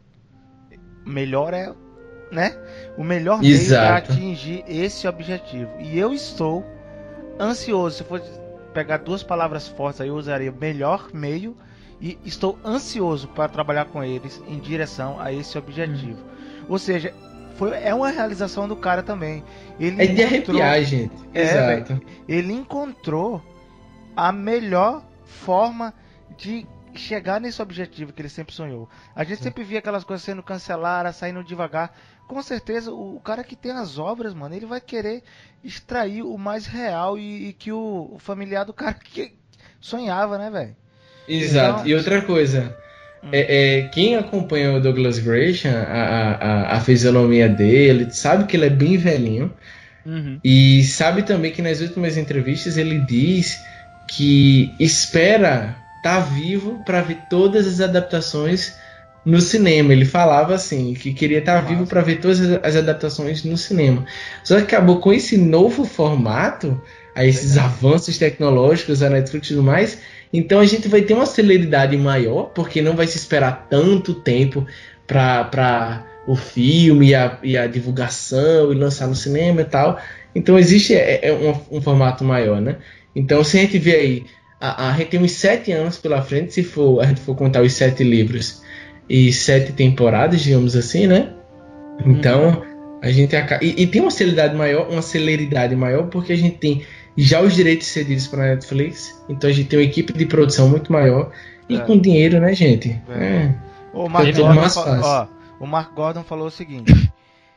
melhor é, né? O melhor meio para Exato. atingir esse objetivo. E eu estou ansioso. Se for pegar duas palavras fortes, aí eu usaria melhor meio. E estou ansioso para trabalhar com eles em direção a esse objetivo. Ou seja, foi, é uma realização do cara também. Ele É de arrepiar, gente. É, Exato. véio, ele encontrou a melhor forma de chegar nesse objetivo que ele sempre sonhou. A gente Sim. sempre via aquelas coisas sendo canceladas, saindo devagar. Com certeza, o, o cara que tem as obras, mano, ele vai querer extrair o mais real e, e que o, o familiar do cara que sonhava, né, velho? Exato. Então, e outra coisa, hum. é, é, quem acompanha o Douglas Gresham, a, a, a fisionomia dele, sabe que ele é bem velhinho. Uhum. E sabe também que nas últimas entrevistas ele diz que espera estar vivo para ver todas as adaptações no cinema. Ele falava assim, que queria estar Nossa. vivo para ver todas as adaptações no cinema. Só que acabou com esse novo formato, a esses é. avanços tecnológicos, a Netflix e tudo mais. Então a gente vai ter uma celeridade maior, porque não vai se esperar tanto tempo para o filme e a, e a divulgação e lançar no cinema e tal. Então existe é, é um, um formato maior, né? Então se a gente vê aí, a, a gente tem uns sete anos pela frente, se for, a gente for contar os sete livros e sete temporadas, digamos assim, né? Então hum. a gente acaba, e, e tem uma celeridade maior, uma celeridade maior, porque a gente tem já os direitos cedidos para a Netflix, então a gente tem uma equipe de produção muito maior e é. com dinheiro, né, gente? É. É. O Mark Gordon mais fácil. Ó, o Mark Gordon falou o seguinte: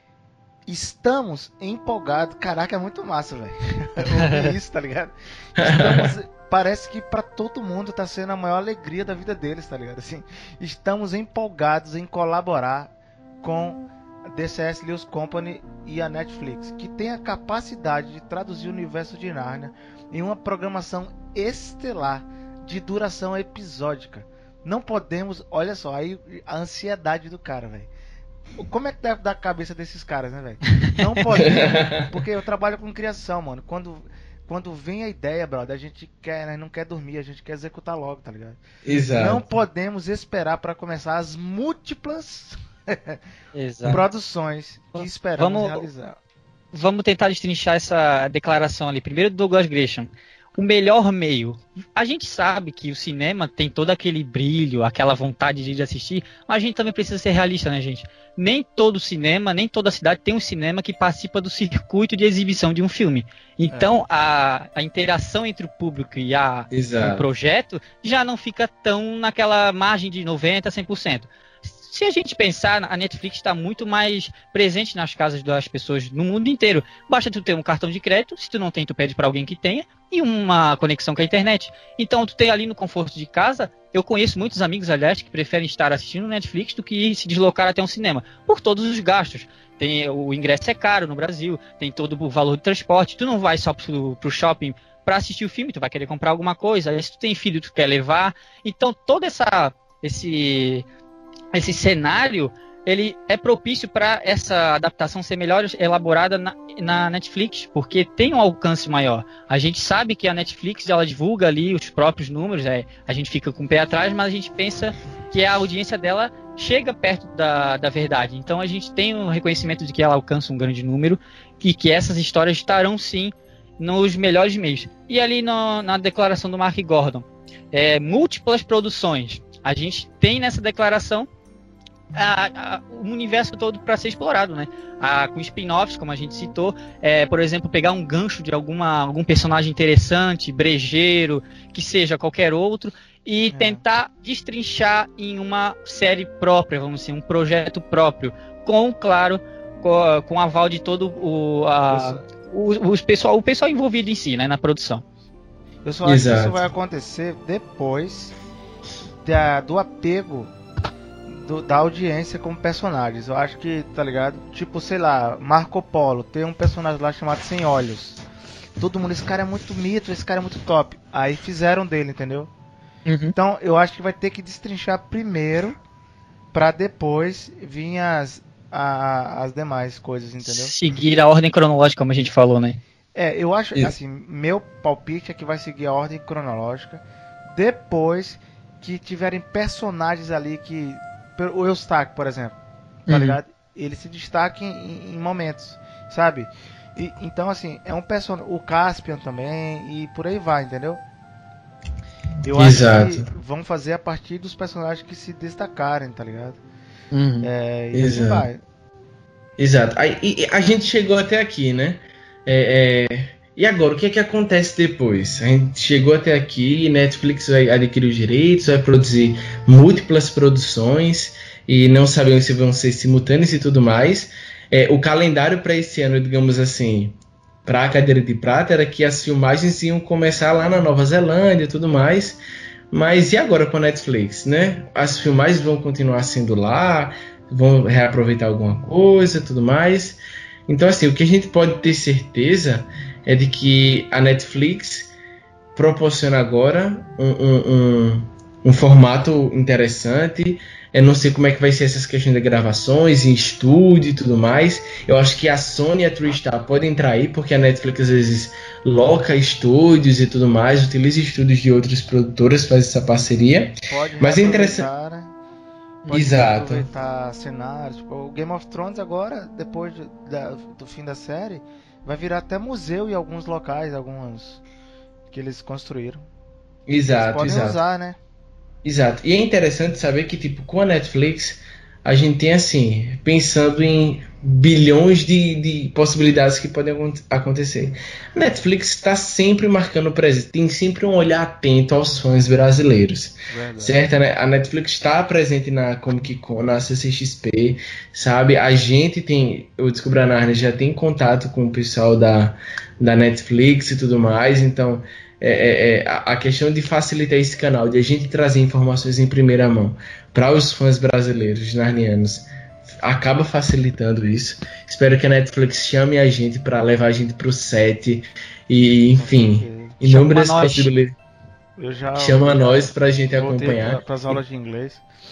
estamos empolgados. Caraca, é muito massa, velho. Isso, tá ligado? Estamos, parece que pra todo mundo tá sendo a maior alegria da vida deles, tá ligado? Assim, estamos empolgados em colaborar com a D C S Lewis Company e a Netflix, que tem a capacidade de traduzir o universo de Nárnia em uma programação estelar de duração episódica. Não podemos, olha só, aí a ansiedade do cara, velho. Como é que deve dar a cabeça desses caras, né, velho? Não podemos, porque eu trabalho com criação, mano. Quando, quando vem a ideia, brother, a gente quer, né, não quer dormir, a gente quer executar logo, tá ligado? Exato. Não podemos esperar para começar as múltiplas produções que esperamos vamos, realizar. Vamos tentar destrinchar essa declaração ali. Primeiro do Douglas Gresham. O melhor meio. A gente sabe que o cinema tem todo aquele brilho, aquela vontade de ir assistir, mas a gente também precisa ser realista, né, gente? Nem todo cinema, nem toda cidade tem um cinema que participa do circuito de exibição de um filme. Então, é. a, a interação entre o público e a, o projeto já não fica tão naquela margem de noventa por cento, cem por cento. Se a gente pensar, a Netflix está muito mais presente nas casas das pessoas no mundo inteiro. Basta tu ter um cartão de crédito, se tu não tem, tu pede para alguém que tenha, e uma conexão com a internet. Então, tu tem ali no conforto de casa. Eu conheço muitos amigos, aliás, que preferem estar assistindo Netflix do que se deslocar até um cinema, por todos os gastos. Tem, o ingresso é caro no Brasil, tem todo o valor de transporte, tu não vai só pro, pro shopping para assistir o filme, tu vai querer comprar alguma coisa, aí se tu tem filho, tu quer levar. Então, todo essa, esse... esse cenário, ele é propício para essa adaptação ser melhor elaborada na, na Netflix, porque tem um alcance maior. A gente sabe que a Netflix, ela divulga ali os próprios números, é, a gente fica com o pé atrás, mas a gente pensa que a audiência dela chega perto da, da verdade. Então a gente tem um reconhecimento de que ela alcança um grande número e que essas histórias estarão sim nos melhores meios. E ali no, na declaração do Mark Gordon, é, múltiplas produções. A gente tem nessa declaração A, a, o universo todo para ser explorado, né? A, com spin-offs, como a gente citou, é, por exemplo, pegar um gancho de alguma, algum personagem interessante, brejeiro, que seja qualquer outro, e é. tentar destrinchar em uma série própria, vamos dizer, um projeto próprio, com, claro, com, com aval de todo o, a, o, os pessoal, o pessoal envolvido em si, né, na produção. Eu só acho Exato. que isso vai acontecer depois da, do apego Do, da audiência como personagens. Eu acho que, tá ligado? Tipo, sei lá, Marco Polo, tem um personagem lá chamado Sem Olhos. Todo mundo, esse cara é muito mito, esse cara é muito top. Aí fizeram dele, entendeu? Uhum. Então, eu acho que vai ter que destrinchar primeiro, pra depois vir as, a, as demais coisas, entendeu? Seguir a ordem cronológica, como a gente falou, né? É, eu acho, Isso. assim, meu palpite é que vai seguir a ordem cronológica, depois que tiverem personagens ali que... O Eustáquio, por exemplo, tá uhum. ligado? Ele se destaca em, em momentos, sabe? E, então, assim, é um personagem... O Caspian também, e por aí vai, entendeu? Eu Exato. acho que vão fazer a partir dos personagens que se destacarem, tá ligado? Uhum. É, e assim vai. Exato. Aí, e, a gente chegou até aqui, né? É, é, e agora, o que é que acontece depois? A gente chegou até aqui, Netflix vai adquirir os direitos, vai produzir múltiplas produções e não sabemos se vão ser simultâneas e tudo mais. É, o calendário para esse ano, digamos assim, para a Cadeira de Prata, era que as filmagens iam começar lá na Nova Zelândia e tudo mais. Mas e agora com a Netflix, né? As filmagens vão continuar sendo lá, vão reaproveitar alguma coisa, tudo mais. Então, assim, o que a gente pode ter certeza é de que a Netflix proporciona agora um, um, um, um formato interessante. Eu não sei como é que vai ser essas questões de gravações em estúdio e tudo mais. Eu acho que a Sony e a TriStar podem entrar aí, porque a Netflix às vezes loca estúdios e tudo mais, utiliza estúdios de outras produtoras, faz essa parceria. Pode Mas é interessante. Né? Pode Exato. aproveitar cenários. Tipo, o Game of Thrones agora, depois de, da, do fim da série, vai virar até museu em alguns locais, alguns que eles construíram. Exato, eles podem exato. usar, né? Exato. E é interessante saber que, tipo, com a Netflix, a gente tem, assim, pensando em bilhões de, de possibilidades que podem acontecer. A Netflix está sempre marcando presença, tem sempre um olhar atento aos fãs brasileiros. Verdade. Certo? A Netflix está presente na Comic Con, na C C X P, sabe? A gente tem, o Descubra a Nárnia já tem contato com o pessoal da, da Netflix e tudo mais, então... É, é, é, a questão de facilitar esse canal, de a gente trazer informações em primeira mão para os fãs brasileiros narnianos, acaba facilitando isso. Espero que a Netflix chame a gente para levar a gente para o set e, enfim, inúmeras possibilidades. Chama nós para a gente acompanhar. Para as aulas de inglês.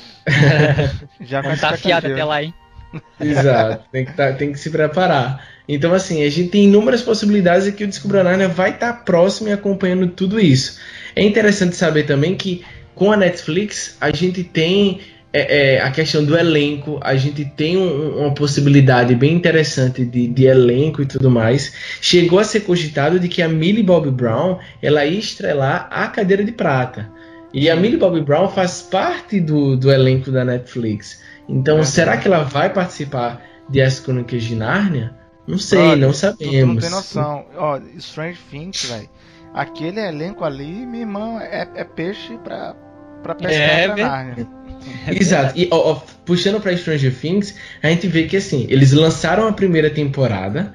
Já vai estar afiado até lá, hein? Exato, tem que, tá, tem que se preparar. Então, assim, a gente tem inúmeras possibilidades e que o Descubra a Nárnia vai estar próximo e acompanhando tudo isso. É interessante saber também que com a Netflix a gente tem é, é, a questão do elenco, a gente tem um, uma possibilidade bem interessante de, de elenco e tudo mais. Chegou a ser cogitado de que a Millie Bobby Brown ela ia estrelar a Cadeira de Prata. E a Millie Bobby Brown faz parte do, do elenco da Netflix. Então, é, será que ela vai participar de As Crônicas de Nárnia? Não sei, olha, não sabemos. Tu não tem noção. Ó, Strange Things, velho. Aquele elenco ali, meu irmão, é, é peixe pra, pra pescar é, pra Nárnia. Exato. E ó, ó, puxando pra Stranger Things, a gente vê que assim, eles lançaram a primeira temporada.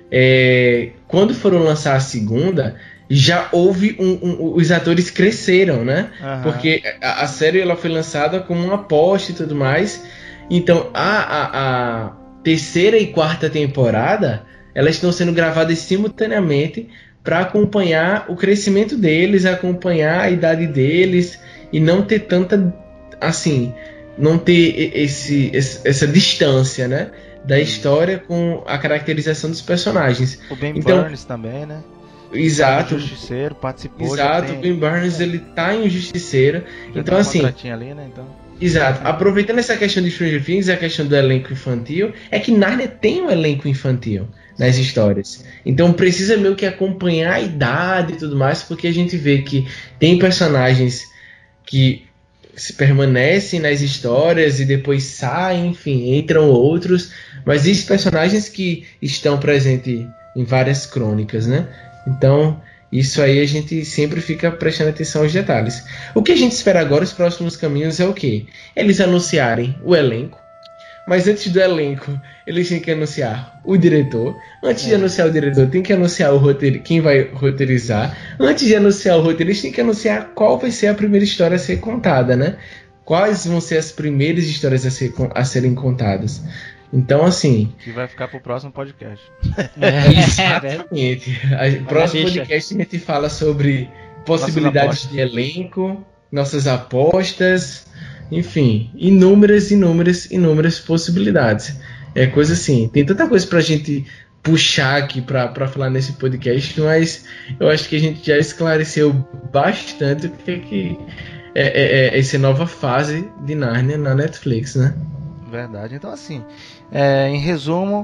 É, quando foram lançar a segunda, já houve um, um, os atores cresceram, né? Uhum. Porque a, a série ela foi lançada como uma aposta e tudo mais. Então a, a, a terceira e quarta temporada elas estão sendo gravadas simultaneamente para acompanhar o crescimento deles, acompanhar a idade deles e não ter tanta, assim, não ter esse, esse, essa distância, né, da história com a caracterização dos personagens. O Ben então, Burns também, né? Exato. O Justiceiro participou. Exato, o Ben Burns ele tá em Justiceiro. Já então, assim. Ali, né? Então... Exato. Aproveitando essa questão de Stranger Things e a questão do elenco infantil, é que Nárnia tem um elenco infantil nas histórias. Então precisa meio que acompanhar a idade e tudo mais, porque a gente vê que tem personagens que se permanecem nas histórias e depois saem, enfim, entram outros, mas esses personagens que estão presentes em várias crônicas, né? Então, isso aí a gente sempre fica prestando atenção aos detalhes. O que a gente espera agora, os próximos caminhos, é o quê? Eles anunciarem o elenco, mas antes do elenco, eles têm que anunciar o diretor. Antes é. de anunciar o diretor, tem que anunciar o roteiro, quem vai roteirizar. Antes de anunciar o roteiro, eles têm que anunciar qual vai ser a primeira história a ser contada, né? Quais vão ser as primeiras histórias a, ser, a serem contadas. Então, assim... Que vai ficar pro próximo podcast. É, exatamente. O próximo podcast a gente fala sobre possibilidades de elenco, nossas apostas, enfim, inúmeras, inúmeras, inúmeras possibilidades. É coisa assim, tem tanta coisa pra gente puxar aqui pra, pra falar nesse podcast, mas eu acho que a gente já esclareceu bastante o que é que é, é, é essa nova fase de Nárnia na Netflix, né? Verdade. Então, assim, é, em resumo,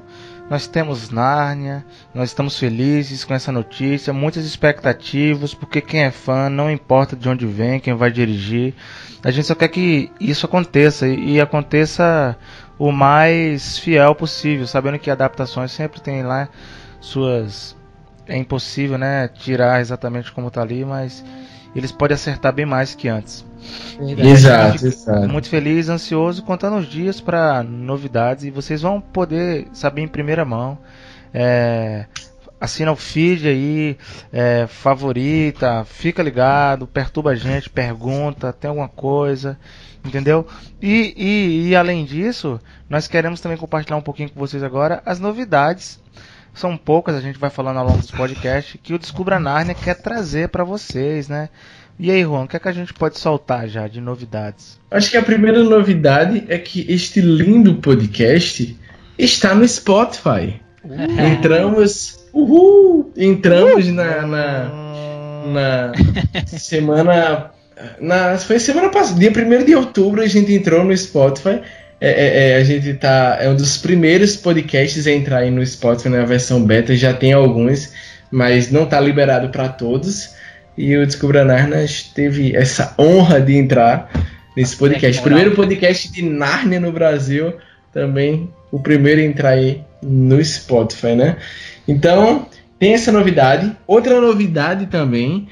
nós temos Nárnia, nós estamos felizes com essa notícia, muitas expectativas, porque quem é fã, não importa de onde vem, quem vai dirigir, a gente só quer que isso aconteça, e, e aconteça o mais fiel possível, sabendo que adaptações sempre tem lá suas... É impossível, né, tirar exatamente como tá ali, mas eles podem acertar bem mais que antes. Exato, exato. Muito feliz, ansioso, contando os dias para novidades, e vocês vão poder saber em primeira mão. É, assina o feed aí, é, favorita, fica ligado, perturba a gente, pergunta, tem alguma coisa, entendeu? E, e, e além disso, nós queremos também compartilhar um pouquinho com vocês agora as novidades. São poucas, a gente vai falando ao longo dos podcasts, que o Descubra Nárnia quer trazer para vocês, né? E aí, Juan, o que é que a gente pode soltar já de novidades? Acho que a primeira novidade é que este lindo podcast está no Spotify. Uh. Entramos, uhul, entramos uh. na, na, na semana, na, foi semana passada, dia primeiro de outubro a gente entrou no Spotify. É, é, é, a gente tá, é um dos primeiros podcasts a entrar aí no Spotify na versão beta, já tem alguns, mas não está liberado para todos. E o Descubra Nárnia teve essa honra de entrar nesse podcast. Primeiro podcast de Nárnia no Brasil, também o primeiro a entrar aí no Spotify, né? Então, tem essa novidade. Outra novidade também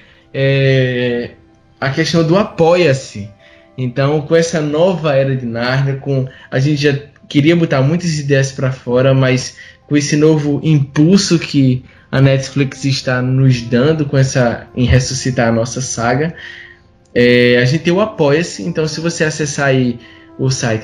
é a questão do Apoia-se. Então, com essa nova era de Nárnia, com, a gente já queria botar muitas ideias para fora, mas com esse novo impulso que a Netflix está nos dando com essa, em ressuscitar a nossa saga, é, a gente tem o Apoia-se. Então, se você acessar aí o site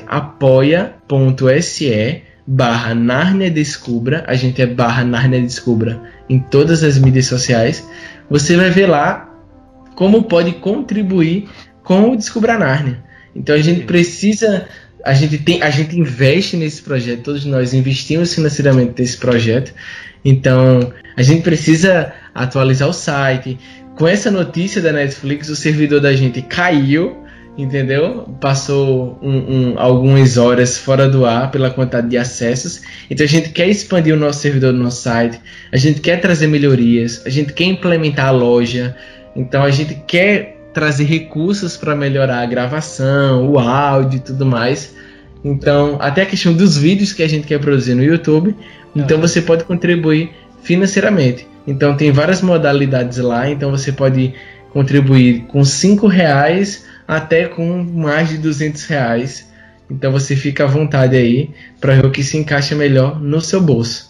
apoia.se barra Nárnia Descubra, a gente é barra Nárnia Descubra em todas as mídias sociais, você vai ver lá como pode contribuir com o Descubra Nárnia. Então a gente precisa, a gente tem, a gente investe nesse projeto, todos nós investimos financeiramente nesse projeto. Então a gente precisa atualizar o site. Com essa notícia da Netflix, o servidor da gente caiu, entendeu? Passou um, um, algumas horas fora do ar pela quantidade de acessos. Então a gente quer expandir o nosso servidor do nosso site, a gente quer trazer melhorias, a gente quer implementar a loja. Então a gente quer trazer recursos para melhorar a gravação, o áudio e tudo mais. Então, até a questão dos vídeos que a gente quer produzir no YouTube. Então, você pode contribuir financeiramente. Então, tem várias modalidades lá. Então, você pode contribuir com cinco reais até com mais de duzentos reais. Então, você fica à vontade aí para ver o que se encaixa melhor no seu bolso.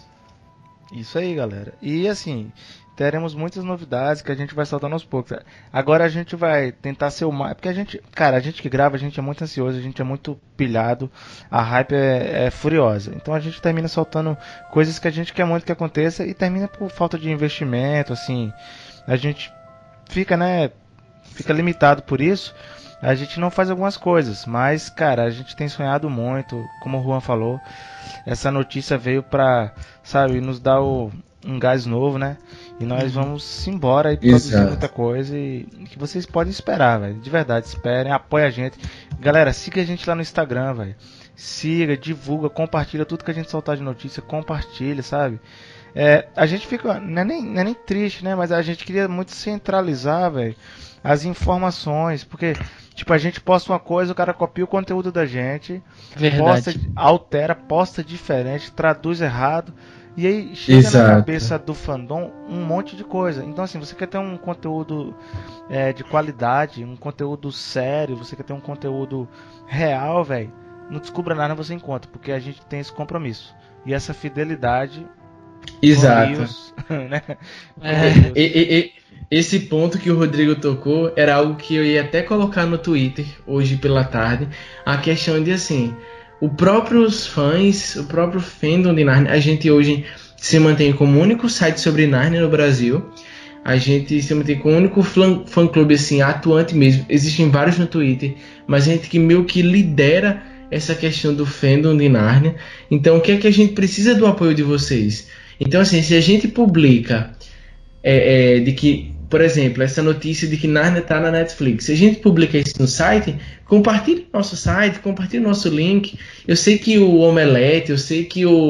Isso aí, galera. E assim, teremos muitas novidades que a gente vai soltando aos poucos. Agora a gente vai tentar ser o mais... Porque a gente, cara, a gente que grava, a gente é muito ansioso, a gente é muito pilhado, a hype é, é furiosa. Então a gente termina soltando coisas que a gente quer muito que aconteça e termina por falta de investimento, assim. A gente fica, né, fica limitado por isso. A gente não faz algumas coisas, mas, cara, a gente tem sonhado muito, como o Juan falou. Essa notícia veio pra, sabe, nos dar o... um gás novo, né? E nós vamos embora e produzir Exato. muita coisa e que vocês podem esperar, velho. De verdade, esperem, apoiem a gente. Galera, siga a gente lá no Instagram, velho. Siga, divulga, compartilha tudo que a gente soltar de notícia, compartilha, sabe? É, a gente fica, não é, nem, não é nem triste, né? Mas a gente queria muito centralizar, velho, as informações, porque, tipo, a gente posta uma coisa, o cara copia o conteúdo da gente, posta, altera, posta diferente, traduz errado. E aí chega Exato. na cabeça do fandom um monte de coisa. Então assim, você quer ter um conteúdo é, de qualidade, um conteúdo sério, você quer ter um conteúdo real, velho, não Descubra Nárnia você encontra, porque a gente tem esse compromisso. E essa fidelidade... Exato. Rios, né? é, e, e, e, esse ponto que o Rodrigo tocou era algo que eu ia até colocar no Twitter hoje pela tarde. A questão de assim... Os próprios fãs, o próprio fandom de Nárnia, a gente hoje se mantém como o único site sobre Nárnia no Brasil. A gente se mantém como o único fã-clube assim, atuante mesmo. Existem vários no Twitter, mas a gente que meio que lidera essa questão do fandom de Nárnia. Então, o que é que a gente precisa do apoio de vocês? Então, assim, se a gente publica é, é, de que... Por exemplo, essa notícia de que Nárnia está na Netflix. Se a gente publica isso no site, compartilhe nosso site, compartilhe nosso link. Eu sei que o Omelete, eu sei que o,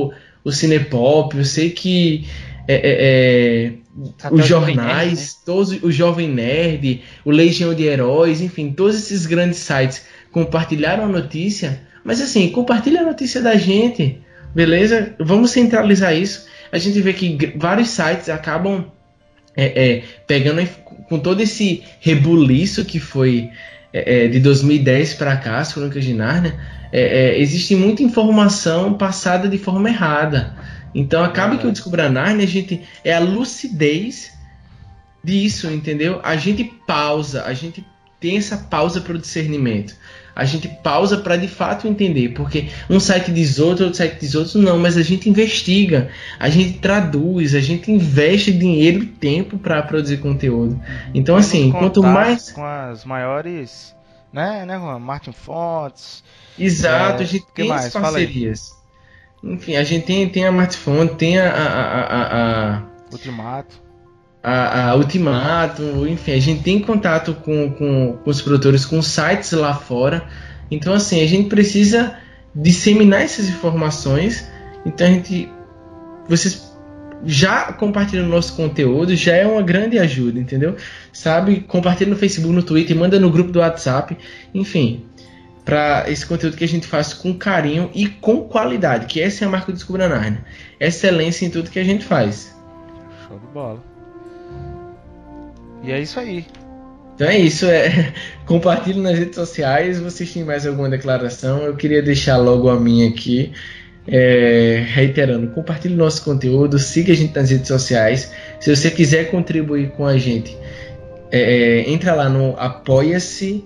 o Cinepop, eu sei que é, é, é, os jornais, Nerd, né? Todos, o Jovem Nerd, o Legião de Heróis, enfim, todos esses grandes sites compartilharam a notícia, mas assim, compartilha a notícia da gente, beleza? Vamos centralizar isso. A gente vê que vários sites acabam é, é, pegando com todo esse rebuliço que foi é, é, de dois mil e dez para cá, as Crônicas de Nárnia, é, é, existe muita informação passada de forma errada. Então acaba é. que o Descubra Nárnia, a gente, é a lucidez disso, entendeu? A gente pausa, a gente tem essa pausa para o discernimento. A gente pausa para de fato entender, porque um site diz outro, outro site diz outro, não, mas a gente investiga, a gente traduz, a gente investe dinheiro e tempo para produzir conteúdo. Então, Temos assim, quanto mais... com as maiores, né, né, Juan? Martin Fontes... Exato, é, a gente que tem mais? as parcerias. Enfim, a gente tem, tem a Martin Fontes, tem a... a, a, a Ultimato. A, a Ultimato, enfim, a gente tem contato com, com, com os produtores, com sites lá fora. Então, assim, a gente precisa disseminar essas informações. Então, a gente, vocês já compartilhando nosso conteúdo já é uma grande ajuda, entendeu? Sabe, compartilha no Facebook, no Twitter, manda no grupo do WhatsApp, enfim, para esse conteúdo que a gente faz com carinho e com qualidade, que essa é a marca do Descubra Nárnia, excelência em tudo que a gente faz. Show de bola. E é isso aí. Então é isso, é... compartilhe nas redes sociais. Vocês têm mais alguma declaração? Eu queria deixar logo a minha aqui, é... reiterando, compartilhe nosso conteúdo, siga a gente nas redes sociais. Se você quiser contribuir com a gente, é... entra lá no apoia-se,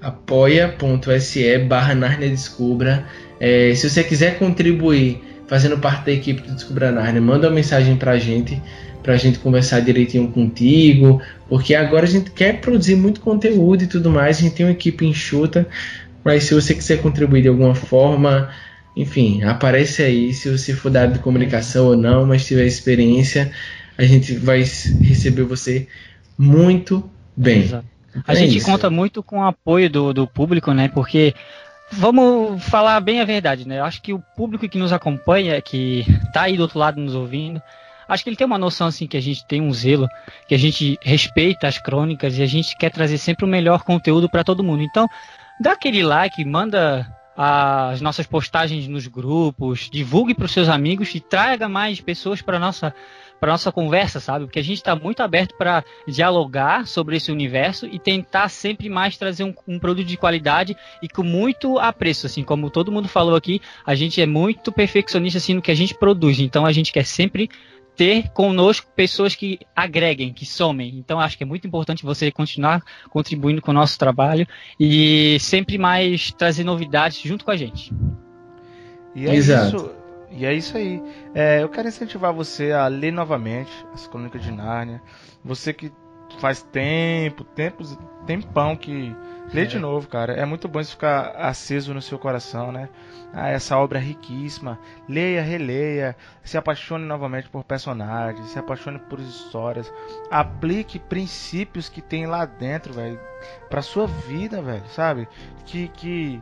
apoia.se barra Nárnia Descubra. É... Se você quiser contribuir fazendo parte da equipe do Descubra Nárnia, manda uma mensagem pra gente, pra gente conversar direitinho contigo, porque agora a gente quer produzir muito conteúdo e tudo mais, a gente tem uma equipe enxuta, mas se você quiser contribuir de alguma forma, enfim, aparece aí, se você for da área de comunicação ou não, mas tiver experiência, a gente vai receber você muito bem. Exato. A é gente isso. conta muito com o apoio do, do público, né, porque vamos falar bem a verdade, né, eu acho que o público que nos acompanha, que tá aí do outro lado nos ouvindo, acho que ele tem uma noção assim que a gente tem um zelo, que a gente respeita as crônicas e a gente quer trazer sempre o melhor conteúdo para todo mundo. Então, dá aquele like, manda as nossas postagens nos grupos, divulgue para os seus amigos e traga mais pessoas para nossa para nossa conversa, sabe? Porque a gente está muito aberto para dialogar sobre esse universo e tentar sempre mais trazer um, um produto de qualidade e com muito apreço, assim, como todo mundo falou aqui, a gente é muito perfeccionista assim no que a gente produz. Então, a gente quer sempre ter conosco pessoas que agreguem, que somem. Então acho que é muito importante você continuar contribuindo com o nosso trabalho e sempre mais trazer novidades junto com a gente. E é Exato. isso. E é isso aí. É, eu quero incentivar você a ler novamente as Crônicas de Nárnia. Você que faz tempo, tempos, tempão que lê é. de novo, cara. É muito bom isso ficar aceso no seu coração, né? Ah, essa obra é riquíssima. Leia, releia, se apaixone novamente por personagens, se apaixone por histórias. Aplique princípios que tem lá dentro, velho, pra sua vida, velho, sabe? Que, que,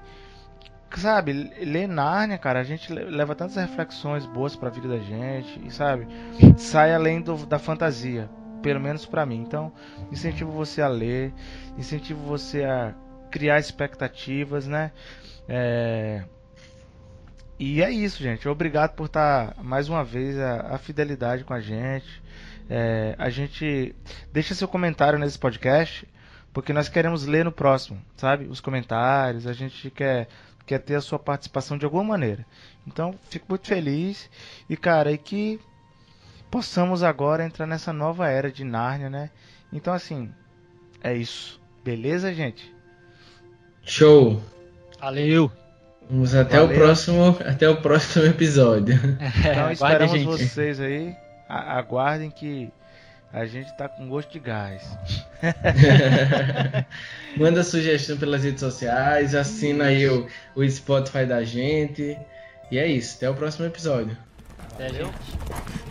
sabe, ler Nárnia, cara, a gente leva tantas reflexões boas pra vida da gente, e sabe? Sai além do, da fantasia. Pelo menos para mim. Então, incentivo você a ler, incentivo você a criar expectativas, né? É... E é isso, gente. Obrigado por estar mais uma vez a, a fidelidade com a gente. É... A gente deixa seu comentário nesse podcast, porque nós queremos ler no próximo, sabe? Os comentários. A gente quer quer ter a sua participação de alguma maneira. Então, fico muito feliz e, cara, e que possamos agora entrar nessa nova era de Nárnia, né? Então, assim, é isso. Beleza, gente? Show! Valeu! Vamos até Valeu. o próximo, até o próximo episódio. Então, esperamos vocês aí. A- aguardem que a gente tá com gosto de gás. Manda sugestão pelas redes sociais, assina aí o, o Spotify da gente. E é isso, até o próximo episódio. Até, gente.